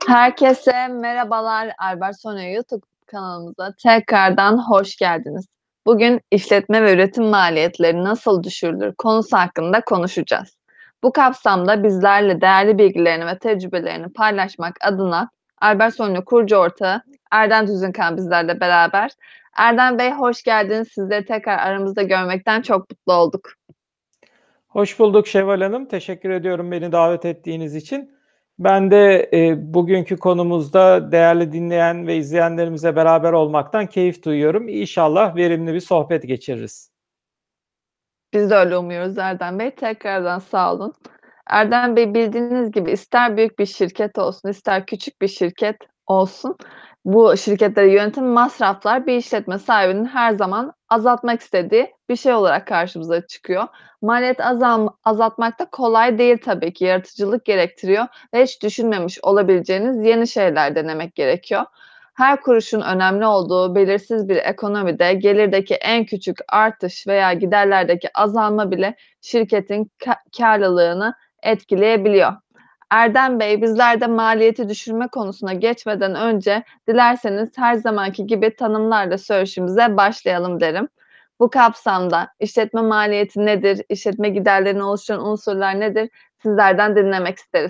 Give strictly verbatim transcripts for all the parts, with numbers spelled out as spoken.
Herkese merhabalar. Albert Sonya YouTube kanalımıza tekrardan hoş geldiniz. Bugün işletme ve üretim maliyetleri nasıl düşürülür konusu hakkında konuşacağız. Bu kapsamda bizlerle değerli bilgilerini ve tecrübelerini paylaşmak adına Albert Sonya kurucu ortağı Erdem Tüzünkan bizlerle beraber. Erdem Bey hoş geldiniz. Sizleri tekrar aramızda görmekten çok mutlu olduk. Hoş bulduk Şevval Hanım. Teşekkür ediyorum beni davet ettiğiniz için. Ben de e, bugünkü konumuzda değerli dinleyen ve izleyenlerimize beraber olmaktan keyif duyuyorum. İnşallah verimli bir sohbet geçiririz. Biz de öyle umuyoruz Erdem Bey. Tekrardan sağ olun. Erdem Bey bildiğiniz gibi ister büyük bir şirket olsun, ister küçük bir şirket olsun, bu şirketlere yönetim masraflar bir işletme sahibinin her zaman azaltmak istediği bir şey olarak karşımıza çıkıyor. Maliyet azam azaltmak da kolay değil tabii ki. Yaratıcılık gerektiriyor ve hiç düşünmemiş olabileceğiniz yeni şeyler denemek gerekiyor. Her kuruşun önemli olduğu belirsiz bir ekonomide gelirdeki en küçük artış veya giderlerdeki azalma bile şirketin ka kârlılığını etkileyebiliyor. Erdem Bey, bizler de maliyeti düşürme konusuna geçmeden önce dilerseniz her zamanki gibi tanımlarla söyleşimize başlayalım derim. Bu kapsamda işletme maliyeti nedir, işletme giderlerini oluşturan unsurlar nedir, sizlerden dinlemek isteriz.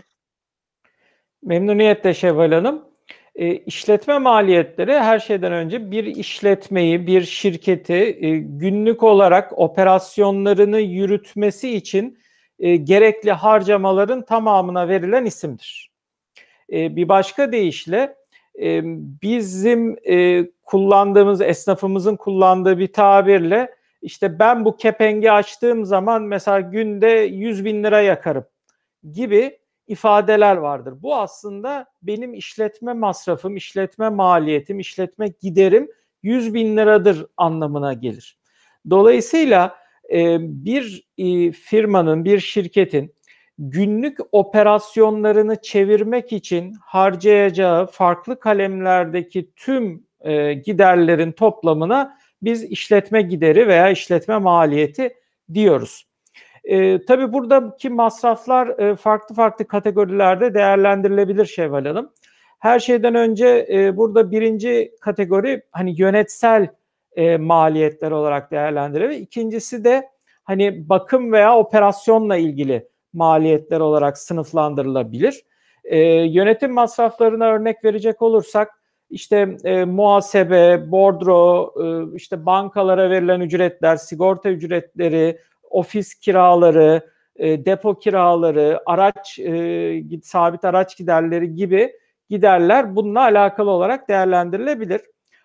Memnuniyetle Şevval Hanım. E, işletme maliyetleri her şeyden önce bir işletmeyi, bir şirketi e, günlük olarak operasyonlarını yürütmesi için e, gerekli harcamaların tamamına verilen isimdir. E, bir başka deyişle e, bizim e, kullandığımız, esnafımızın kullandığı bir tabirle işte ben bu kepengi açtığım zaman mesela günde yüz bin lira yakarım gibi ifadeler vardır. Bu aslında benim işletme masrafım, işletme maliyetim, işletme giderim yüz bin liradır anlamına gelir. Dolayısıyla e, bir e, firmanın, bir şirketin günlük operasyonlarını çevirmek için harcayacağı farklı kalemlerdeki tüm e, giderlerin toplamına biz işletme gideri veya işletme maliyeti diyoruz. E, tabii buradaki masraflar e, farklı farklı kategorilerde değerlendirilebilir Şevval Hanım. Her şeyden önce e, burada birinci kategori hani yönetsel e, maliyetler olarak değerlendirilir. İkincisi de hani bakım veya operasyonla ilgili maliyetler olarak sınıflandırılabilir. E, yönetim masraflarına örnek verecek olursak işte e, muhasebe, bordro, e, işte bankalara verilen ücretler, sigorta ücretleri, ofis kiraları, e, depo kiraları, araç e, sabit araç giderleri gibi giderler bununla alakalı olarak değerlendirilebilir.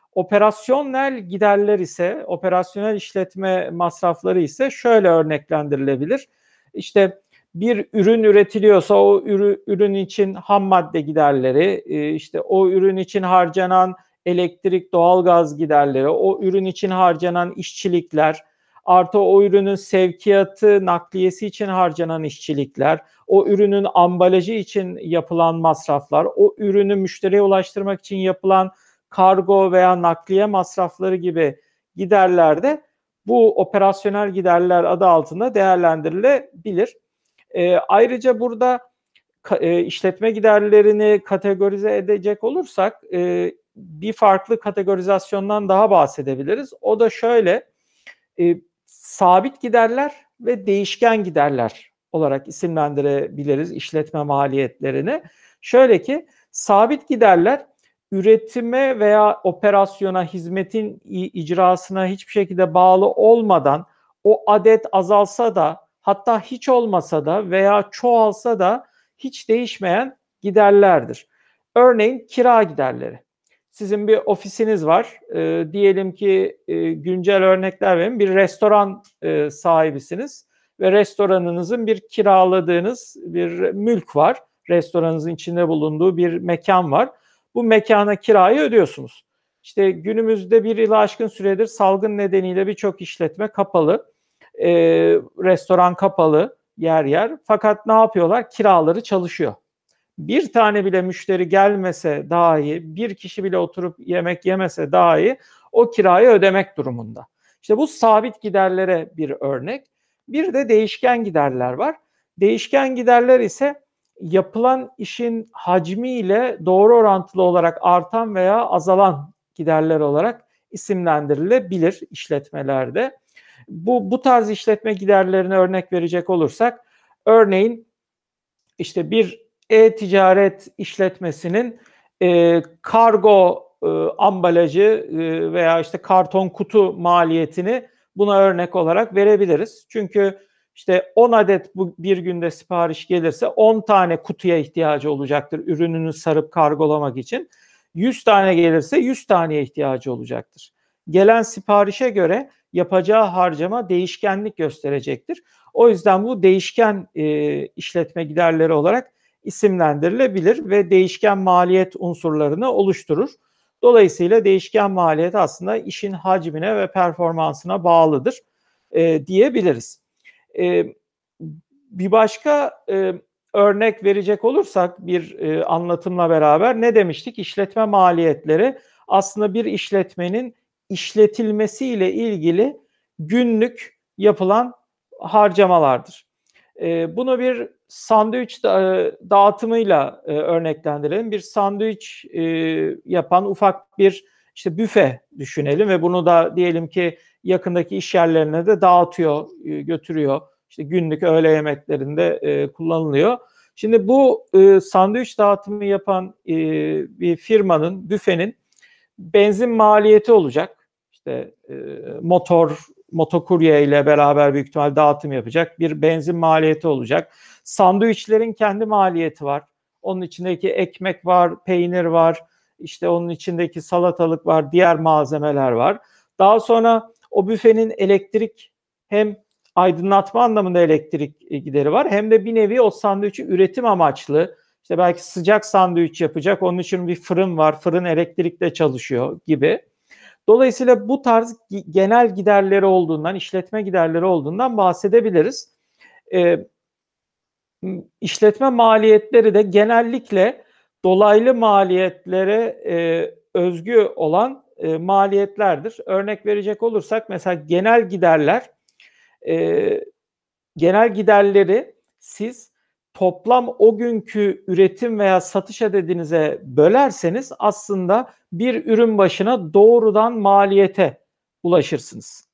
Operasyonel giderler ise, operasyonel işletme masrafları ise şöyle örneklendirilebilir. İşte bir ürün üretiliyorsa o ürün için ham madde giderleri, işte o ürün için harcanan elektrik, doğalgaz giderleri, o ürün için harcanan işçilikler, artı o ürünün sevkiyatı, nakliyesi için harcanan işçilikler, o ürünün ambalajı için yapılan masraflar, o ürünü müşteriye ulaştırmak için yapılan kargo veya nakliye masrafları gibi giderler de bu operasyonel giderler adı altında değerlendirilebilir. E, ayrıca burada e, işletme giderlerini kategorize edecek olursak e, bir farklı kategorizasyondan daha bahsedebiliriz. O da şöyle, e, sabit giderler ve değişken giderler olarak isimlendirebiliriz işletme maliyetlerini. Şöyle ki sabit giderler üretime veya operasyona, hizmetin icrasına hiçbir şekilde bağlı olmadan o adet azalsa da hatta hiç olmasa da veya çoğalsa da hiç değişmeyen giderlerdir. Örneğin kira giderleri. Sizin bir ofisiniz var. E, diyelim ki e, güncel örnekler verin. Bir restoran e, sahibisiniz ve restoranınızın bir kiraladığınız bir mülk var. Restoranınızın içinde bulunduğu bir mekan var. Bu mekana kirayı ödüyorsunuz. İşte günümüzde bir yılı aşkın süredir salgın nedeniyle birçok işletme kapalı. E, restoran kapalı yer yer. Fakat ne yapıyorlar? Kiraları çalışıyor. Bir tane bile müşteri gelmese dahi, bir kişi bile oturup yemek yemese dahi o kirayı ödemek durumunda. İşte bu sabit giderlere bir örnek. Bir de değişken giderler var. Değişken giderler ise yapılan işin hacmiyle doğru orantılı olarak artan veya azalan giderler olarak isimlendirilebilir işletmelerde. Bu, bu tarz işletme giderlerine örnek verecek olursak, örneğin işte bir e-ticaret işletmesinin e, kargo e, ambalajı e, veya işte karton kutu maliyetini buna örnek olarak verebiliriz. Çünkü işte on adet bu bir günde sipariş gelirse on tane kutuya ihtiyacı olacaktır ürününü sarıp kargolamak için. yüz tane gelirse yüz taneye ihtiyacı olacaktır. Gelen siparişe göre yapacağı harcama değişkenlik gösterecektir. O yüzden bu değişken e, işletme giderleri olarak isimlendirilebilir ve değişken maliyet unsurlarını oluşturur. Dolayısıyla değişken maliyet aslında işin hacmine ve performansına bağlıdır e, diyebiliriz. E, bir başka e, örnek verecek olursak bir e, anlatımla beraber ne demiştik? İşletme maliyetleri aslında bir işletmenin işletilmesiyle ilgili günlük yapılan harcamalardır. E, bunu bir sandviç da, dağıtımıyla e, örneklendirelim. Bir sandviç e, yapan ufak bir işte büfe düşünelim ve bunu da diyelim ki yakındaki iş yerlerine de dağıtıyor, e, götürüyor. İşte günlük öğle yemeklerinde e, kullanılıyor. Şimdi bu e, sandviç dağıtımı yapan e, bir firmanın, büfenin benzin maliyeti olacak. İşte e, motor, motokurye ile beraber büyük ihtimal dağıtım yapacak. Bir benzin maliyeti olacak. Sandviçlerin kendi maliyeti var. Onun içindeki ekmek var, peynir var. İşte onun içindeki salatalık var, diğer malzemeler var. Daha sonra o büfenin elektrik, hem aydınlatma anlamında elektrik gideri var, hem de bir nevi o sandviçi üretim amaçlı, işte belki sıcak sandviç yapacak, onun için bir fırın var, fırın elektrikle çalışıyor gibi. Dolayısıyla bu tarz genel giderleri olduğundan, işletme giderleri olduğundan bahsedebiliriz. Ee, işletme maliyetleri de genellikle dolaylı maliyetlere e, özgü olan e, maliyetlerdir. Örnek verecek olursak mesela genel giderler, e, genel giderleri siz toplam o günkü üretim veya satış adedinize bölerseniz aslında bir ürün başına doğrudan maliyete ulaşırsınız.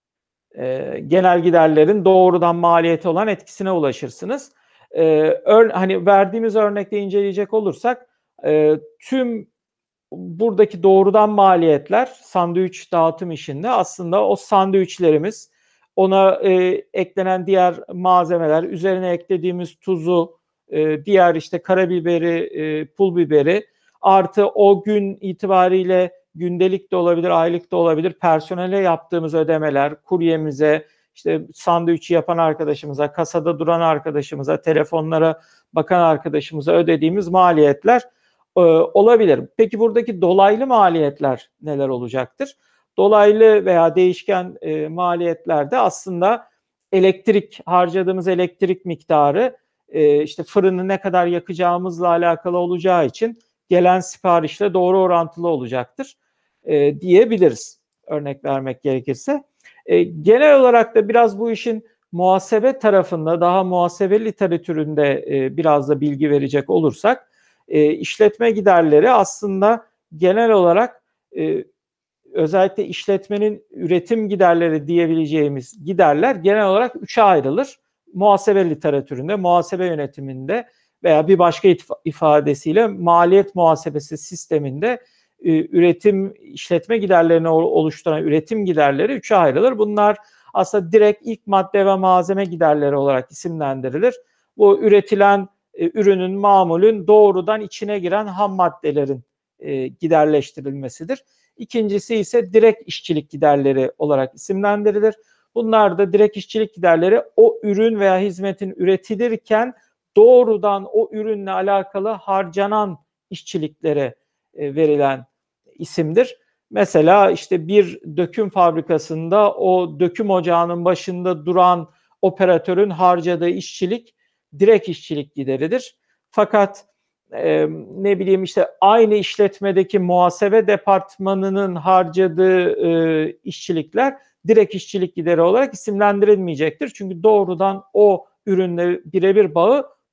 E, genel giderlerin doğrudan maliyete olan etkisine ulaşırsınız. E, ör, hani verdiğimiz örnekte inceleyecek olursak e, tüm buradaki doğrudan maliyetler sandviç dağıtım işinde aslında o sandviçlerimiz, ona e, eklenen diğer malzemeler, üzerine eklediğimiz tuzu, e, diğer işte karabiberi, e, pul biberi, artı o gün itibariyle gündelik de olabilir, aylık da olabilir, personele yaptığımız ödemeler, kuryemize, işte sandviçi yapan arkadaşımıza, kasada duran arkadaşımıza, telefonlara bakan arkadaşımıza ödediğimiz maliyetler e, olabilir. Peki buradaki dolaylı maliyetler neler olacaktır? Dolaylı veya değişken e, maliyetlerde aslında elektrik, harcadığımız elektrik miktarı e, işte fırını ne kadar yakacağımızla alakalı olacağı için gelen siparişle doğru orantılı olacaktır e, diyebiliriz, örnek vermek gerekirse. E, genel olarak da biraz bu işin muhasebe tarafında, daha muhasebe literatüründe e, biraz da bilgi verecek olursak, e, işletme giderleri aslında genel olarak e, özellikle işletmenin üretim giderleri diyebileceğimiz giderler genel olarak üçe ayrılır. Muhasebe literatüründe, muhasebe yönetiminde veya bir başka ifadesiyle maliyet muhasebesi sisteminde e, üretim, işletme giderlerini oluşturan üretim giderleri üçe ayrılır. Bunlar aslında direkt ilk madde ve malzeme giderleri olarak isimlendirilir. Bu üretilen e, ürünün, mamulün doğrudan içine giren ham maddelerin e, giderleştirilmesidir. İkincisi ise direkt işçilik giderleri olarak isimlendirilir. Bunlar da direkt işçilik giderleri o ürün veya hizmetin üretilirken doğrudan o ürünle alakalı harcanan işçiliklere e, verilen isimdir. Mesela işte bir döküm fabrikasında o döküm ocağının başında duran operatörün harcadığı işçilik direkt işçilik gideridir. Fakat e, ne bileyim işte aynı işletmedeki muhasebe departmanının harcadığı e, işçilikler direkt işçilik gideri olarak isimlendirilmeyecektir. Çünkü doğrudan o ürünle birebir bağı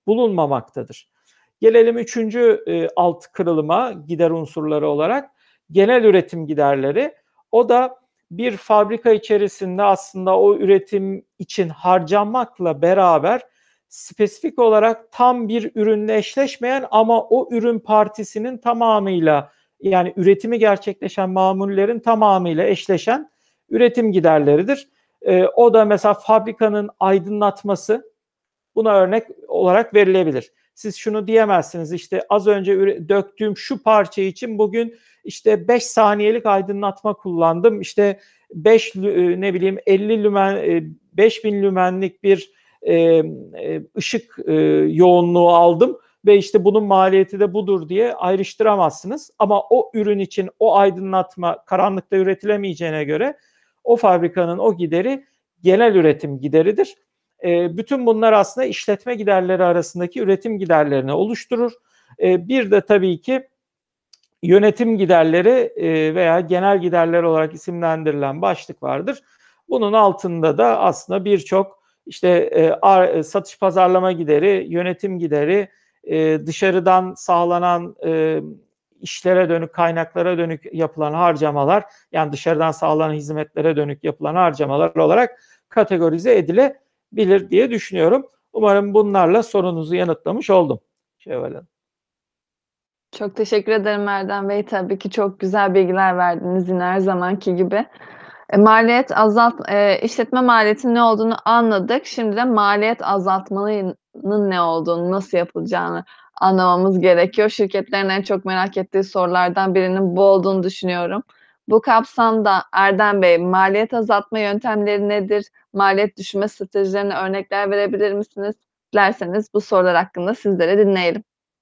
bulunmamaktadır. Gelelim üçüncü e, alt kırılıma gider unsurları olarak genel üretim giderleri. O da bir fabrika içerisinde aslında o üretim için harcanmakla beraber spesifik olarak tam bir ürünle eşleşmeyen ama o ürün partisinin tamamıyla, yani üretimi gerçekleşen mamullerin tamamıyla eşleşen üretim giderleridir. E, o da mesela fabrikanın aydınlatması buna örnek olarak verilebilir. Siz şunu diyemezsiniz, işte az önce döktüğüm şu parça için bugün işte beş saniyelik aydınlatma kullandım. İşte beş ne bileyim elli lümen, beş bin lümenlik bir e, ışık e, yoğunluğu aldım ve işte bunun maliyeti de budur diye ayrıştıramazsınız. Ama o ürün için o aydınlatma karanlıkta üretilemeyeceğine göre o fabrikanın o gideri genel üretim gideridir. E, bütün bunlar aslında işletme giderleri arasındaki üretim giderlerini oluşturur. E, bir de tabii ki yönetim giderleri e, veya genel giderler olarak isimlendirilen başlık vardır. Bunun altında da aslında birçok işte e, satış pazarlama gideri, yönetim gideri, e, dışarıdan sağlanan e, işlere dönük, kaynaklara dönük yapılan harcamalar, yani dışarıdan sağlanan hizmetlere dönük yapılan harcamalar olarak kategorize edilebilir diye düşünüyorum. Umarım bunlarla sorunuzu yanıtlamış oldum Şevval Hanım. Çok teşekkür ederim Erdem Bey. Tabii ki çok güzel bilgiler verdiniz yine her zamanki gibi. E, maliyet azalt eee, işletme maliyetinin ne olduğunu anladık. Şimdi de maliyet azaltmanın ne olduğunu, nasıl yapılacağını anlamamız gerekiyor. Şirketlerin en çok merak ettiği sorulardan birinin bu olduğunu düşünüyorum. Bu kapsamda Erdem Bey, maliyet azaltma yöntemleri nedir? Maliyet düşürme stratejilerine örnekler verebilir misiniz? Dilerseniz bu sorular hakkında sizleri dinleyelim.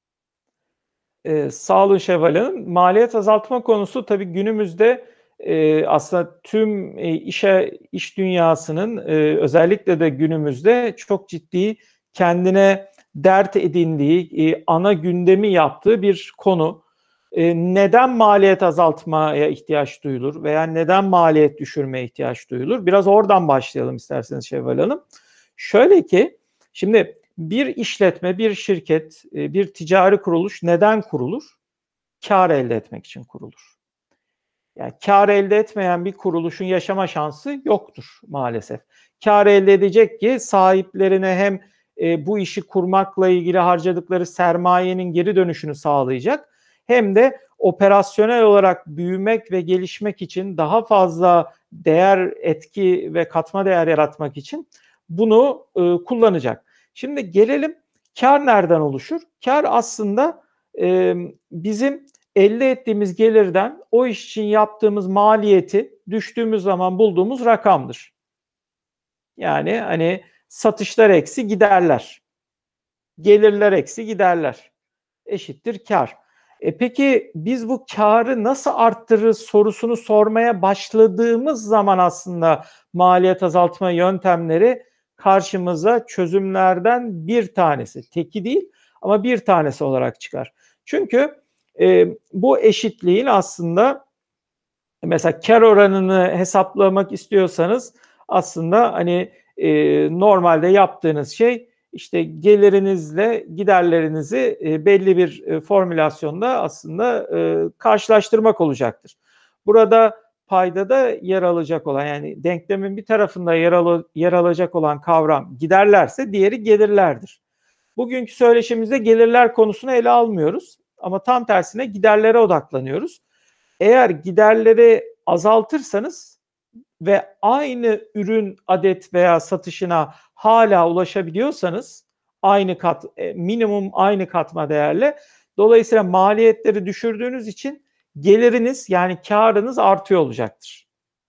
Ee, sağ olun Şevval Hanım. Maliyet azaltma konusu tabii günümüzde e, aslında tüm e, işe iş dünyasının e, özellikle de günümüzde çok ciddi kendine dert edindiği, e, ana gündemi yaptığı bir konu. E, neden maliyet azaltmaya ihtiyaç duyulur veya neden maliyet düşürmeye ihtiyaç duyulur? Biraz oradan başlayalım isterseniz Şevval Hanım. Şöyle ki, şimdi bir işletme, bir şirket, bir ticari kuruluş neden kurulur? Kar elde etmek için kurulur. Yani kar elde etmeyen bir kuruluşun yaşama şansı yoktur maalesef. Kar elde edecek ki sahiplerine hem e, bu işi kurmakla ilgili harcadıkları sermayenin geri dönüşünü sağlayacak, hem de operasyonel olarak büyümek ve gelişmek için daha fazla değer, etki ve katma değer yaratmak için bunu e, kullanacak. Şimdi gelelim, kar nereden oluşur? Kar aslında e, bizim elde ettiğimiz gelirden o iş için yaptığımız maliyeti düştüğümüz zaman bulduğumuz rakamdır. Yani hani satışlar eksi giderler, gelirler eksi giderler eşittir kar. E peki biz bu karı nasıl arttırırız sorusunu sormaya başladığımız zaman aslında maliyet azaltma yöntemleri karşımıza çözümlerden bir tanesi, teki değil ama bir tanesi olarak çıkar. Çünkü e, bu eşitliğin aslında mesela kar oranını hesaplamak istiyorsanız aslında hani e, normalde yaptığınız şey işte gelirinizle giderlerinizi e, belli bir e, formülasyonda aslında e, karşılaştırmak olacaktır. Burada paydada yer alacak olan, yani denklemin bir tarafında yer, al yer alacak olan kavram giderlerse diğeri gelirlerdir. Bugünkü söyleşimizde gelirler konusunu ele almıyoruz ama tam tersine giderlere odaklanıyoruz. Eğer giderleri azaltırsanız ve aynı ürün adet veya satışına hala ulaşabiliyorsanız aynı kat, minimum aynı katma değerle, dolayısıyla maliyetleri düşürdüğünüz için geliriniz, yani karınız artıyor olacaktır.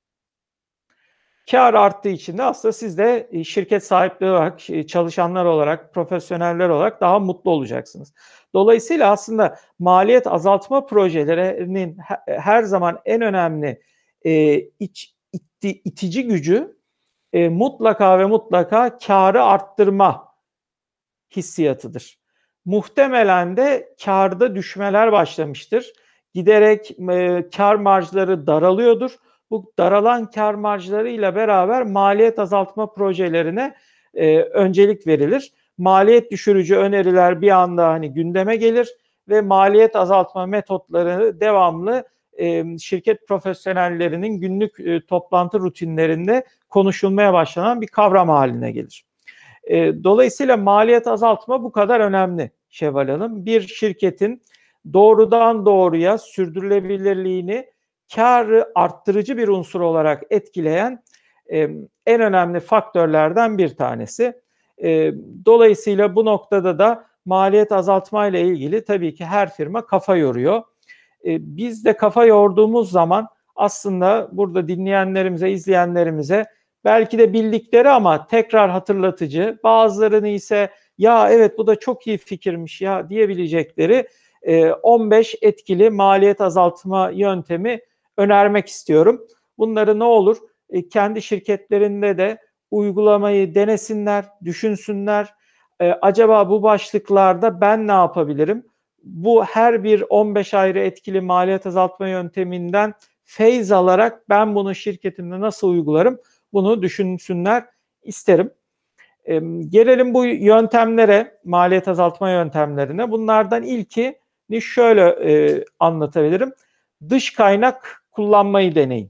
Kar arttığı için de aslında siz de şirket sahipleri olarak, çalışanlar olarak, profesyoneller olarak daha mutlu olacaksınız. Dolayısıyla aslında maliyet azaltma projelerinin her zaman en önemli e, iç, itti, itici gücü e, mutlaka ve mutlaka karı arttırma hissiyatıdır. Muhtemelen de karda düşmeler başlamıştır. Giderek e, kar marjları daralıyordur. Bu daralan kar marjlarıyla beraber maliyet azaltma projelerine e, öncelik verilir. maliyet düşürücü öneriler bir anda hani gündeme gelir ve maliyet azaltma metotları devamlı e, şirket profesyonellerinin günlük e, toplantı rutinlerinde konuşulmaya başlanan bir kavram haline gelir. E, dolayısıyla maliyet azaltma bu kadar önemli Şevval Hanım. Bir şirketin doğrudan doğruya sürdürülebilirliğini kârı arttırıcı bir unsur olarak etkileyen e, en önemli faktörlerden bir tanesi. E, dolayısıyla bu noktada da maliyet azaltma ile ilgili tabii ki her firma kafa yoruyor. E, biz de kafa yorduğumuz zaman aslında burada dinleyenlerimize, izleyenlerimize belki de bildikleri ama tekrar hatırlatıcı, bazılarını ise ya evet bu da çok iyi fikirmiş ya diyebilecekleri on beş etkili maliyet azaltma yöntemi önermek istiyorum. Bunları ne olur kendi şirketlerinde de uygulamayı denesinler, düşünsünler. Acaba bu başlıklarda ben ne yapabilirim? Bu her bir on beş ayrı etkili maliyet azaltma yönteminden feyz alarak ben bunu şirketimde nasıl uygularım? Bunu düşünsünler isterim. E, gelelim bu yöntemlere, maliyet azaltma yöntemlerine. Bunlardan ilki şöyle e, anlatabilirim. Dış kaynak kullanmayı deneyin.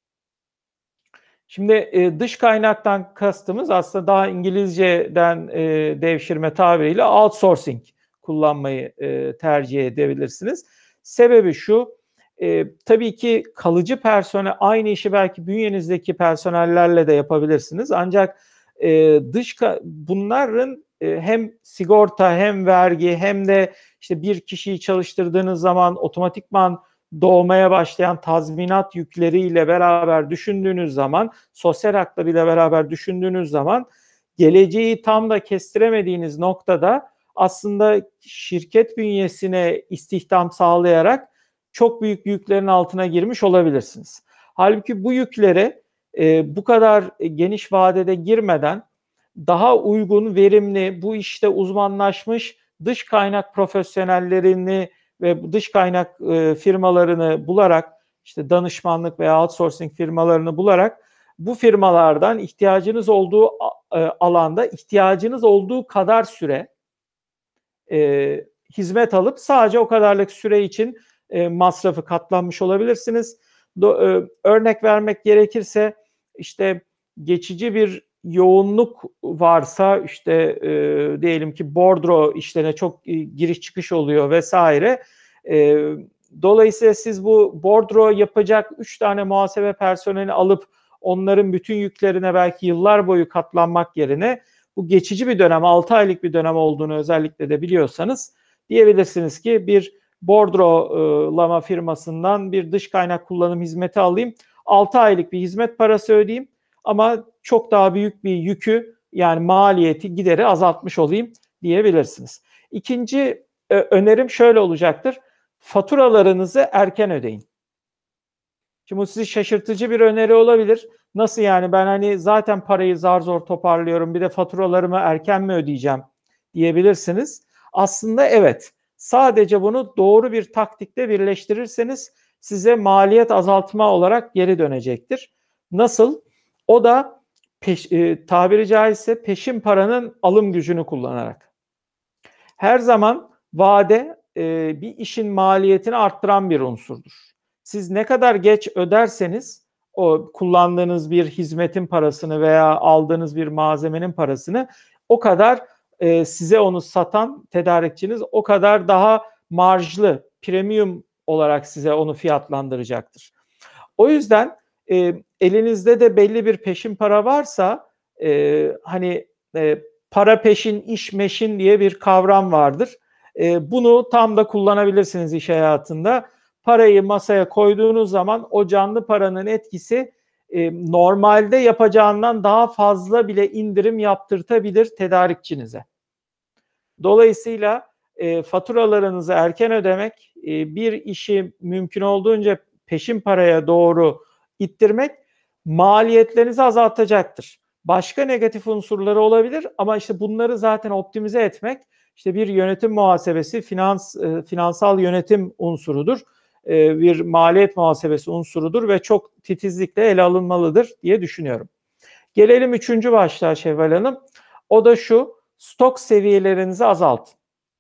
Şimdi e, dış kaynaktan kastımız aslında daha İngilizceden e, devşirme tabiriyle outsourcing kullanmayı e, tercih edebilirsiniz. Sebebi şu, e, tabii ki kalıcı personel, aynı işi belki bünyenizdeki personellerle de yapabilirsiniz. Ancak e, dış bunların e, hem sigorta hem vergi hem de işte bir kişiyi çalıştırdığınız zaman otomatikman doğmaya başlayan tazminat yükleriyle beraber düşündüğünüz zaman, sosyal haklarıyla beraber düşündüğünüz zaman geleceği tam da kestiremediğiniz noktada aslında şirket bünyesine istihdam sağlayarak çok büyük yüklerin altına girmiş olabilirsiniz. Halbuki bu yüklere e, bu kadar geniş vadede girmeden daha uygun, verimli, bu işte uzmanlaşmış dış kaynak profesyonellerini ve dış kaynak e, firmalarını bularak, işte danışmanlık veya outsourcing firmalarını bularak bu firmalardan ihtiyacınız olduğu e, alanda ihtiyacınız olduğu kadar süre e, hizmet alıp sadece o kadarlık süre için e, masrafı katlanmış olabilirsiniz. Do, e, örnek vermek gerekirse işte geçici bir yoğunluk varsa işte e, diyelim ki bordro işlerine çok e, giriş çıkış oluyor vesaire. E, dolayısıyla siz bu bordro yapacak üç tane muhasebe personeli alıp onların bütün yüklerine belki yıllar boyu katlanmak yerine bu geçici bir dönem, altı aylık bir dönem olduğunu özellikle de biliyorsanız diyebilirsiniz ki bir bordrolama firmasından bir dış kaynak kullanım hizmeti alayım. altı aylık bir hizmet parası ödeyeyim ama çok daha büyük bir yükü yani maliyeti gideri azaltmış olayım diyebilirsiniz. İkinci e, önerim şöyle olacaktır. Faturalarınızı erken ödeyin. Şimdi bu sizi şaşırtıcı bir öneri olabilir. Nasıl yani ben hani zaten parayı zar zor toparlıyorum bir de faturalarımı erken mi ödeyeceğim diyebilirsiniz. Aslında evet, sadece bunu doğru bir taktikle birleştirirseniz size maliyet azaltma olarak geri dönecektir. Nasıl? O da peş, e, tabiri caizse peşin paranın alım gücünü kullanarak. Her zaman vade e, bir işin maliyetini arttıran bir unsurdur. Siz ne kadar geç öderseniz o kullandığınız bir hizmetin parasını veya aldığınız bir malzemenin parasını o kadar e, size onu satan tedarikçiniz o kadar daha marjlı, premium olarak size onu fiyatlandıracaktır. O yüzden e, elinizde de belli bir peşin para varsa e, hani e, para peşin, iş meşin diye bir kavram vardır. E, bunu tam da kullanabilirsiniz iş hayatında. Parayı masaya koyduğunuz zaman o canlı paranın etkisi e, normalde yapacağından daha fazla bile indirim yaptırtabilir tedarikçinize. Dolayısıyla e, faturalarınızı erken ödemek, e, bir işi mümkün olduğunca peşin paraya doğru ittirmek maliyetlerinizi azaltacaktır. Başka negatif unsurları olabilir ama işte bunları zaten optimize etmek işte bir yönetim muhasebesi, finans e, finansal yönetim unsurudur. E, bir maliyet muhasebesi unsurudur ve çok titizlikle ele alınmalıdır diye düşünüyorum. Gelelim üçüncü başlığa Şevval Hanım. O da şu: Stok seviyelerinizi azaltın.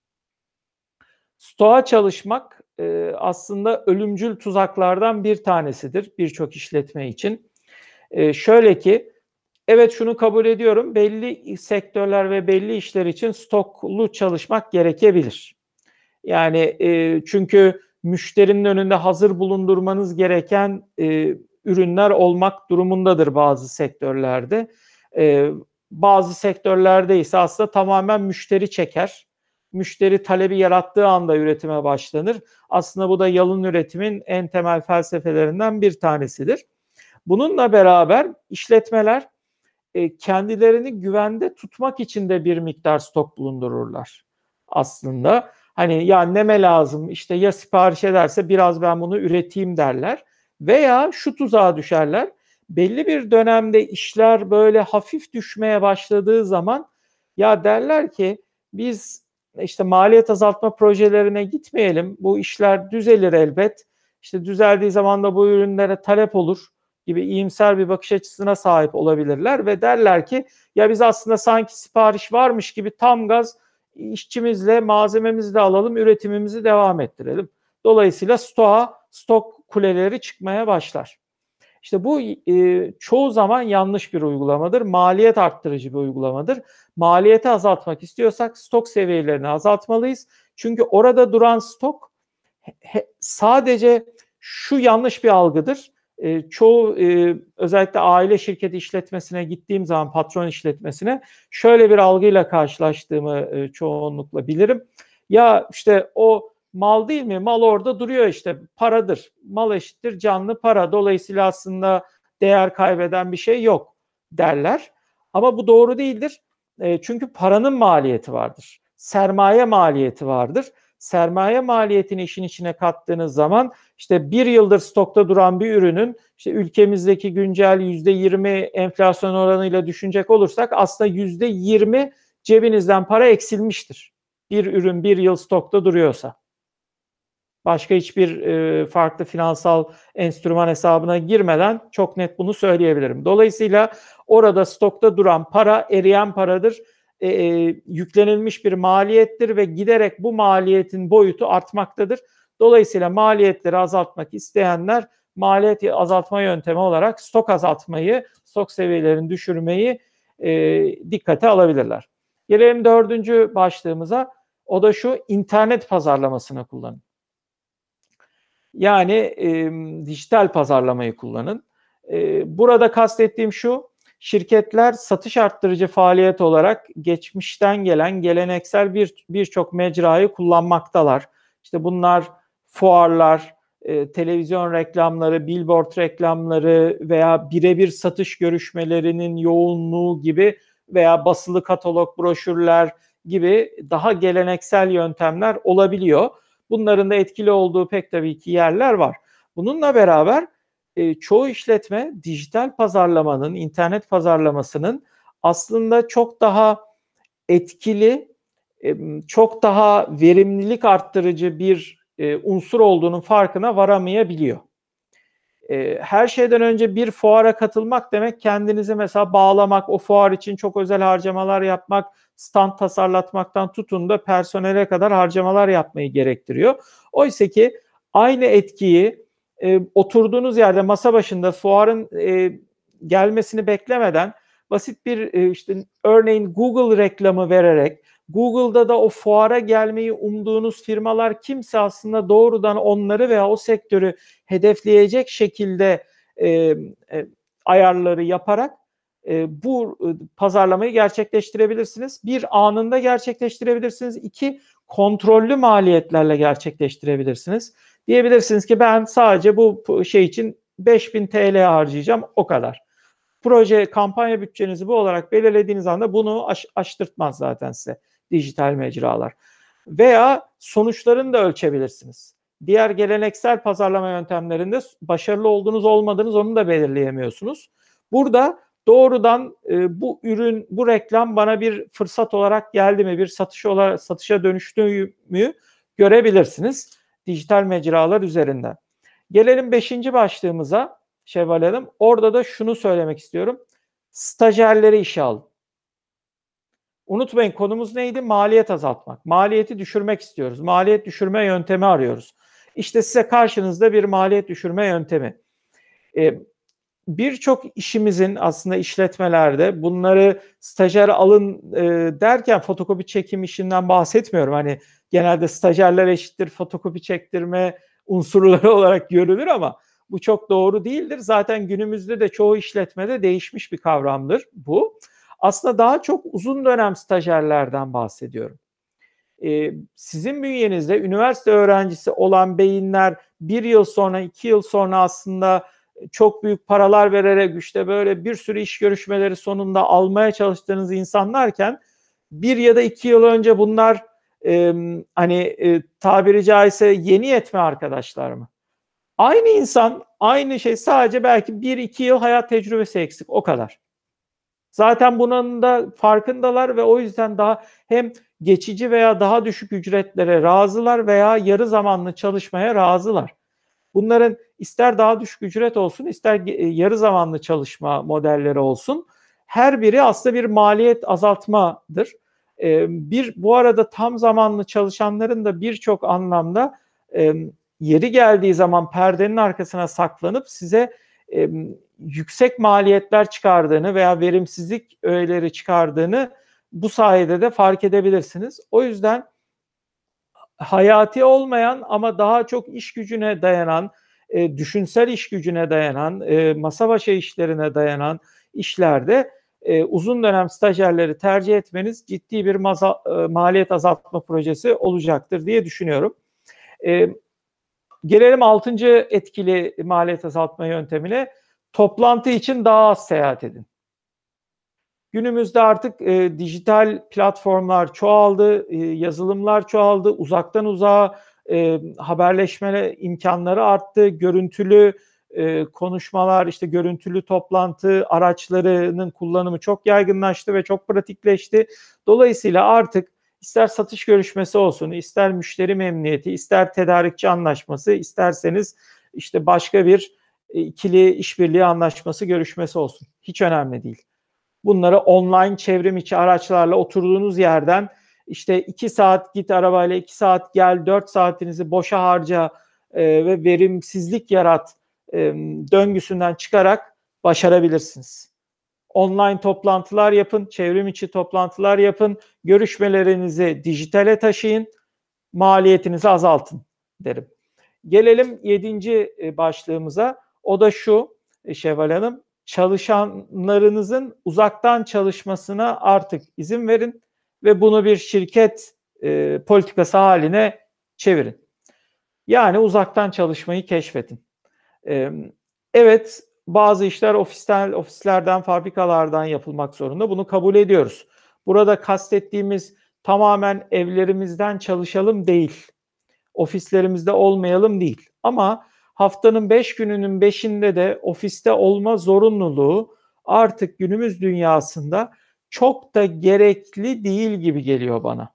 Stoğa çalışmak e, aslında ölümcül tuzaklardan bir tanesidir birçok işletme için. E, şöyle ki, evet şunu kabul ediyorum, belli sektörler ve belli işler için stoklu çalışmak gerekebilir. Yani e, çünkü müşterinin önünde hazır bulundurmanız gereken e, ürünler olmak durumundadır bazı sektörlerde. E, bazı sektörlerde ise aslında tamamen müşteri çeker. Müşteri talebi yarattığı anda üretime başlanır. Aslında bu da yalın üretimin en temel felsefelerinden bir tanesidir. Bununla beraber işletmeler e, kendilerini güvende tutmak için de bir miktar stok bulundururlar aslında. Hani ya neme lazım, işte ya sipariş ederse biraz ben bunu üreteyim derler. Veya şu tuzağa düşerler. Belli bir dönemde işler böyle hafif düşmeye başladığı zaman ya derler ki biz işte maliyet azaltma projelerine gitmeyelim. Bu işler düzelir elbet. İşte düzeldiği zaman da bu ürünlere talep olur gibi iyimser bir bakış açısına sahip olabilirler ve derler ki ya biz aslında sanki sipariş varmış gibi tam gaz işçimizle malzememizi de alalım, üretimimizi devam ettirelim. Dolayısıyla stoğa, stok kuleleri çıkmaya başlar. İşte bu e, çoğu zaman yanlış bir uygulamadır. Maliyet arttırıcı bir uygulamadır. Maliyeti azaltmak istiyorsak stok seviyelerini azaltmalıyız. Çünkü orada duran stok he, sadece şu yanlış bir algıdır. E, çoğu e, özellikle aile şirketi işletmesine gittiğim zaman, patron işletmesine şöyle bir algıyla karşılaştığımı e, çoğunlukla bilirim. Ya işte o mal değil mi? Mal orada duruyor, işte paradır. Mal eşittir canlı para. Dolayısıyla aslında değer kaybeden bir şey yok derler. Ama bu doğru değildir. E, çünkü paranın maliyeti vardır. Sermaye maliyeti vardır. Sermaye maliyetini işin içine kattığınız zaman işte bir yıldır stokta duran bir ürünün işte ülkemizdeki güncel yüzde yirmi enflasyon oranıyla düşünecek olursak aslında yüzde yirmi cebinizden para eksilmiştir. Bir ürün bir yıl stokta duruyorsa. Başka hiçbir e, farklı finansal enstrüman hesabına girmeden çok net bunu söyleyebilirim. Dolayısıyla orada stokta duran para eriyen paradır. E, e, yüklenilmiş bir maliyettir ve giderek bu maliyetin boyutu artmaktadır. Dolayısıyla maliyetleri azaltmak isteyenler maliyet azaltma yöntemi olarak stok azaltmayı, stok seviyelerini düşürmeyi e, dikkate alabilirler. Gelelim dördüncü başlığımıza. O da şu: internet pazarlamasını kullanın. Yani e, dijital pazarlamayı kullanın. E, burada kastettiğim şu: şirketler satış arttırıcı faaliyet olarak geçmişten gelen geleneksel bir birçok mecrayı kullanmaktalar. İşte bunlar fuarlar, e, televizyon reklamları, billboard reklamları veya birebir satış görüşmelerinin yoğunluğu gibi veya basılı katalog, broşürler gibi daha geleneksel yöntemler olabiliyor. Bunların da etkili olduğu pek tabii ki yerler var. Bununla beraber e, çoğu işletme dijital pazarlamanın, internet pazarlamasının aslında çok daha etkili, e, çok daha verimlilik arttırıcı bir e, unsur olduğunun farkına varamayabiliyor. E, her şeyden önce bir fuara katılmak demek kendinizi mesela bağlamak, o fuar için çok özel harcamalar yapmak, stand tasarlatmaktan tutun da personele kadar harcamalar yapmayı gerektiriyor. Oysa ki aynı etkiyi e, oturduğunuz yerde masa başında fuarın e, gelmesini beklemeden basit bir e, işte örneğin Google reklamı vererek, Google'da da o fuara gelmeyi umduğunuz firmalar kimse aslında doğrudan onları veya o sektörü hedefleyecek şekilde e, e, ayarları yaparak e, bu e, pazarlamayı gerçekleştirebilirsiniz. Bir, anında gerçekleştirebilirsiniz. İki, kontrollü maliyetlerle gerçekleştirebilirsiniz. Diyebilirsiniz ki ben sadece bu şey için beş bin T L harcayacağım, o kadar. Proje, kampanya bütçenizi bu olarak belirlediğiniz anda bunu aş, aştırtmaz zaten size dijital mecralar. Veya sonuçlarını da ölçebilirsiniz. Diğer geleneksel pazarlama yöntemlerinde başarılı olduğunuz olmadığınız onu da belirleyemiyorsunuz. Burada doğrudan e, bu ürün, bu reklam bana bir fırsat olarak geldi mi, bir satış olarak satışa dönüştü mü görebilirsiniz dijital mecralar üzerinden. Gelelim beşinci başlığımıza Şevval Hanım. Orada da şunu söylemek istiyorum: stajyerleri işe alın. Unutmayın, konumuz neydi? Maliyet azaltmak. Maliyeti düşürmek istiyoruz. Maliyet düşürme yöntemi arıyoruz. İşte size karşınızda bir maliyet düşürme yöntemi. Ee, Birçok işimizin aslında işletmelerde bunları stajyer alın e, derken fotokopi çekim işinden bahsetmiyorum. Hani genelde stajyerler eşittir fotokopi çektirme unsurları olarak görülür ama bu çok doğru değildir. Zaten günümüzde de çoğu işletmede değişmiş bir kavramdır bu. Aslında daha çok uzun dönem stajyerlerden bahsediyorum. Ee, sizin bünyenizde üniversite öğrencisi olan beyinler bir yıl sonra, iki yıl sonra aslında çok büyük paralar vererek işte böyle bir sürü iş görüşmeleri sonunda almaya çalıştığınız insanlarken bir ya da iki yıl önce bunlar e, hani e, tabiri caizse yeni yetme arkadaşlar mı? Aynı insan, aynı şey, sadece belki bir iki yıl hayat tecrübesi eksik, o kadar. Zaten bunun da farkındalar ve o yüzden daha hem geçici veya daha düşük ücretlere razılar veya yarı zamanlı çalışmaya razılar. Bunların ister daha düşük ücret olsun, ister yarı zamanlı çalışma modelleri olsun, her biri aslında bir maliyet azaltmadır. Bir, bu arada tam zamanlı çalışanların da birçok anlamda yeri geldiği zaman perdenin arkasına saklanıp size yüksek maliyetler çıkardığını veya verimsizlik öğeleri çıkardığını bu sayede de fark edebilirsiniz. O yüzden hayati olmayan ama daha çok iş gücüne dayanan, e, düşünsel iş gücüne dayanan, e, masa başı işlerine dayanan işlerde e, uzun dönem stajyerleri tercih etmeniz ciddi bir maza, e, maliyet azaltma projesi olacaktır diye düşünüyorum. E, gelelim altıncı etkili maliyet azaltma yöntemine. Toplantı için daha az seyahat edin. Günümüzde artık e, dijital platformlar çoğaldı, e, yazılımlar çoğaldı, uzaktan uzağa e, haberleşme imkanları arttı, görüntülü e, konuşmalar, işte görüntülü toplantı araçlarının kullanımı çok yaygınlaştı ve çok pratikleşti. Dolayısıyla artık ister satış görüşmesi olsun, ister müşteri memnuniyeti, ister tedarikçi anlaşması, isterseniz işte başka bir e, ikili işbirliği anlaşması görüşmesi olsun. Hiç önemli değil. Bunları online çevrim içi araçlarla oturduğunuz yerden işte iki saat git arabayla, iki saat gel, dört saatinizi boşa harca e, ve verimsizlik yarat e, döngüsünden çıkarak başarabilirsiniz. Online toplantılar yapın, çevrim içi toplantılar yapın, görüşmelerinizi dijitale taşıyın, maliyetinizi azaltın derim. Gelelim yedinci başlığımıza. O da şu Şevval Hanım, çalışanlarınızın uzaktan çalışmasına artık izin verin ve bunu bir şirket e, politikası haline çevirin. Yani uzaktan çalışmayı keşfedin. E, evet, bazı işler ofisten, ofislerden, fabrikalardan yapılmak zorunda. Bunu kabul ediyoruz. Burada kastettiğimiz tamamen evlerimizden çalışalım değil. Ofislerimizde olmayalım değil. Ama haftanın beş gününün beşinde de ofiste olma zorunluluğu artık günümüz dünyasında çok da gerekli değil gibi geliyor bana.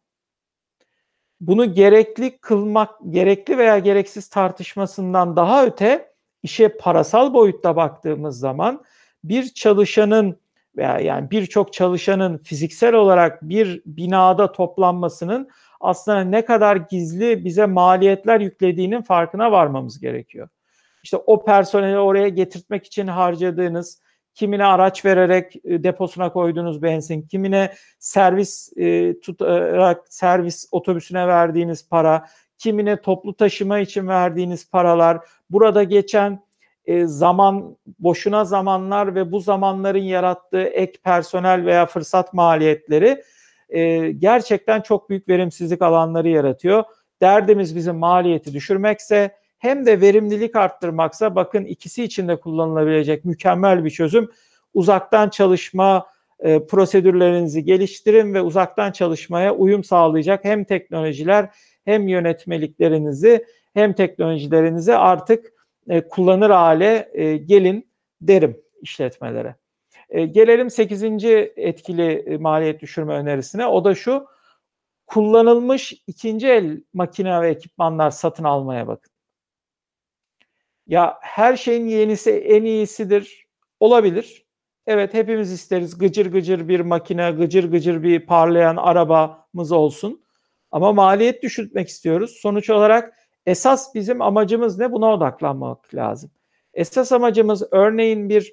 Bunu gerekli kılmak, gerekli veya gereksiz tartışmasından daha öte işe parasal boyutta baktığımız zaman bir çalışanın veya yani birçok çalışanın fiziksel olarak bir binada toplanmasının aslında ne kadar gizli bize maliyetler yüklediğinin farkına varmamız gerekiyor. İşte o personeli oraya getirtmek için harcadığınız, kimine araç vererek deposuna koyduğunuz benzin, kimine servis e, tutarak servis otobüsüne verdiğiniz para, kimine toplu taşıma için verdiğiniz paralar, burada geçen e, zaman, boşuna zamanlar ve bu zamanların yarattığı ek personel veya fırsat maliyetleri e, gerçekten çok büyük verimsizlik alanları yaratıyor. Derdimiz bizim maliyeti düşürmekse hem de verimlilik arttırmaksa, bakın ikisi için de kullanılabilecek mükemmel bir çözüm. Uzaktan çalışma e, prosedürlerinizi geliştirin ve uzaktan çalışmaya uyum sağlayacak hem teknolojiler hem yönetmeliklerinizi hem teknolojilerinizi artık e, kullanır hale e, gelin derim işletmelere. E, gelelim sekizinci etkili maliyet düşürme önerisine. O da şu: kullanılmış ikinci el makine ve ekipmanlar satın almaya bakın. Ya her şeyin yenisi en iyisidir olabilir. Evet, hepimiz isteriz gıcır gıcır bir makine, gıcır gıcır bir parlayan arabamız olsun. Ama maliyet düşürtmek istiyoruz. Sonuç olarak esas bizim amacımız ne? Buna odaklanmak lazım. Esas amacımız örneğin bir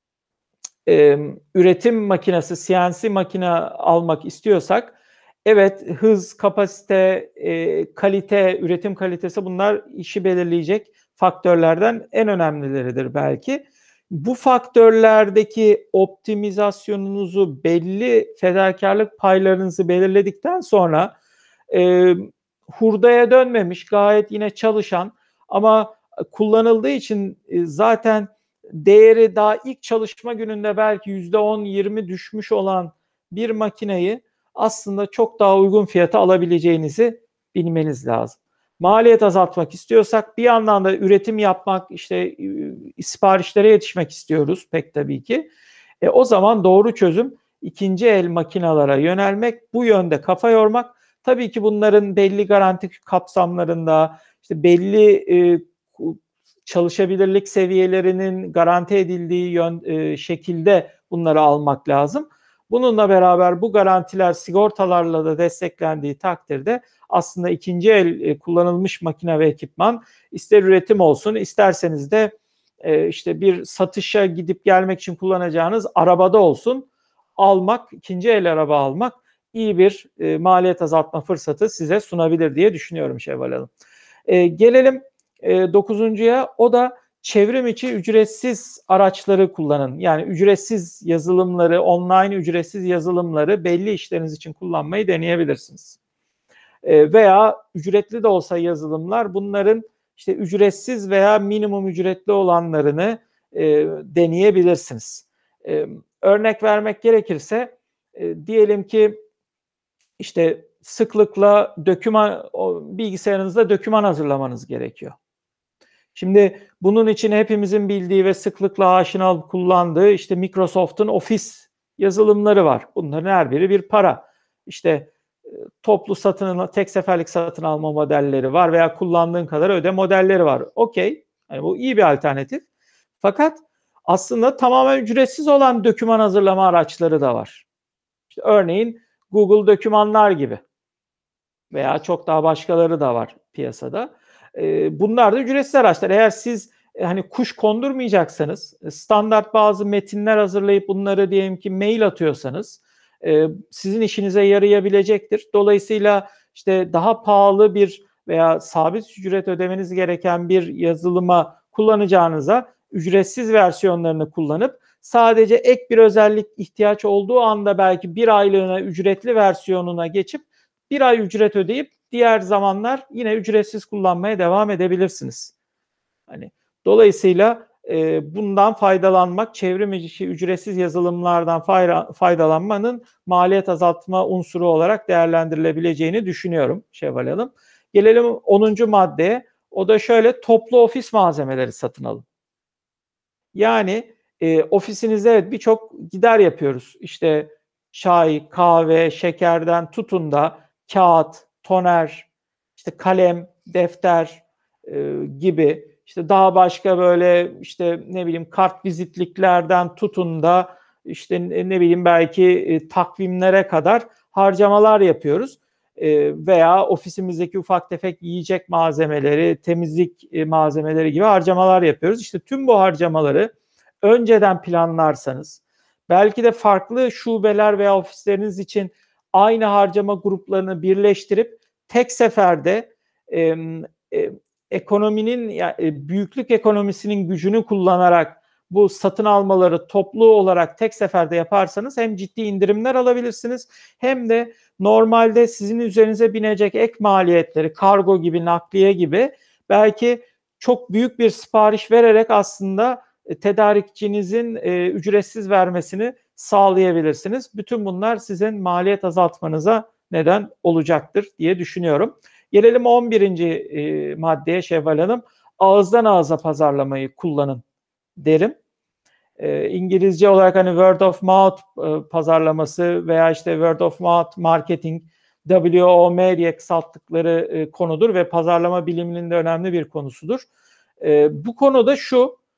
e, üretim makinesi, C N C makine almak istiyorsak, evet hız, kapasite, e, kalite, üretim kalitesi bunlar işi belirleyecek faktörlerden en önemlileridir belki. Bu faktörlerdeki optimizasyonunuzu, belli fedakarlık paylarınızı belirledikten sonra e, hurdaya dönmemiş, gayet yine çalışan ama kullanıldığı için e, zaten değeri daha ilk çalışma gününde belki yüzde on yirmi düşmüş olan bir makineyi aslında çok daha uygun fiyata alabileceğinizi bilmeniz lazım. Maliyet azaltmak istiyorsak bir yandan da üretim yapmak, işte siparişlere yetişmek istiyoruz pek tabii ki. E, o zaman doğru çözüm ikinci el makinalara yönelmek, bu yönde kafa yormak. Tabii ki bunların belli garanti kapsamlarında, işte belli e, çalışabilirlik seviyelerinin garanti edildiği yön, e, şekilde bunları almak lazım. Bununla beraber bu garantiler sigortalarla da desteklendiği takdirde aslında ikinci el e, kullanılmış makine ve ekipman, ister üretim olsun, isterseniz de e, işte bir satışa gidip gelmek için kullanacağınız arabada olsun, almak, ikinci el araba almak iyi bir e, maliyet azaltma fırsatı size sunabilir diye düşünüyorum Şevval Hanım. E, gelelim e, dokuzuncuya, o da çevrim içi ücretsiz araçları kullanın. Yani ücretsiz yazılımları, online ücretsiz yazılımları belli işleriniz için kullanmayı deneyebilirsiniz. E, veya ücretli de olsa yazılımlar, bunların işte ücretsiz veya minimum ücretli olanlarını e, deneyebilirsiniz. E, örnek vermek gerekirse e, diyelim ki işte sıklıkla doküman, bilgisayarınızda doküman hazırlamanız gerekiyor. Şimdi bunun için hepimizin bildiği ve sıklıkla aşina kullandığı işte Microsoft'un Office yazılımları var. Bunların her biri bir para. İşte toplu satın, tek seferlik satın alma modelleri var veya kullandığın kadar öde modelleri var. Okey. Yani bu iyi bir alternatif. Fakat aslında tamamen ücretsiz olan doküman hazırlama araçları da var. İşte örneğin Google dokümanlar gibi veya çok daha başkaları da var piyasada. Bunlar da ücretsiz araçlar. Eğer siz hani kuş kondurmayacaksanız, standart bazı metinler hazırlayıp bunları diyelim ki mail atıyorsanız sizin işinize yarayabilecektir. Dolayısıyla işte daha pahalı bir veya sabit ücret ödemeniz gereken bir yazılıma kullanacağınıza ücretsiz versiyonlarını kullanıp sadece ek bir özellik ihtiyaç olduğu anda belki bir aylığına ücretli versiyonuna geçip bir ay ücret ödeyip diğer zamanlar yine ücretsiz kullanmaya devam edebilirsiniz. Hani dolayısıyla e, bundan faydalanmak, çevrim içi ücretsiz yazılımlardan faydalanmanın maliyet azaltma unsuru olarak değerlendirilebileceğini düşünüyorum Şevval Hanım. Gelelim onuncu maddeye. O da şöyle: toplu ofis malzemeleri satın alın. Yani e, ofisinizde evet birçok gider yapıyoruz. İşte çay, kahve, şekerden tutun da kağıt, toner, işte kalem, defter e, gibi, işte daha başka böyle işte ne bileyim kart vizitliklerden tutun da işte ne bileyim belki e, takvimlere kadar harcamalar yapıyoruz. E, veya ofisimizdeki ufak tefek yiyecek malzemeleri, temizlik e, malzemeleri gibi harcamalar yapıyoruz. İşte tüm bu harcamaları önceden planlarsanız, belki de farklı şubeler veya ofisleriniz için aynı harcama gruplarını birleştirip tek seferde e, e, ekonominin, yani büyüklük ekonomisinin gücünü kullanarak bu satın almaları toplu olarak tek seferde yaparsanız hem ciddi indirimler alabilirsiniz hem de normalde sizin üzerinize binecek ek maliyetleri, kargo gibi, nakliye gibi, belki çok büyük bir sipariş vererek aslında tedarikçinizin e, ücretsiz vermesini sağlayabilirsiniz. Bütün bunlar sizin maliyet azaltmanıza neden olacaktır diye düşünüyorum. Gelelim on birinci E, maddeye Şevval Hanım. Ağızdan ağıza pazarlamayı kullanın derim. E, İngilizce olarak hani word of mouth e, pazarlaması veya işte word of mouth marketing, W O M diye kısalttıkları e, konudur ve pazarlama biliminin de önemli bir konusudur. E, bu konuda şu: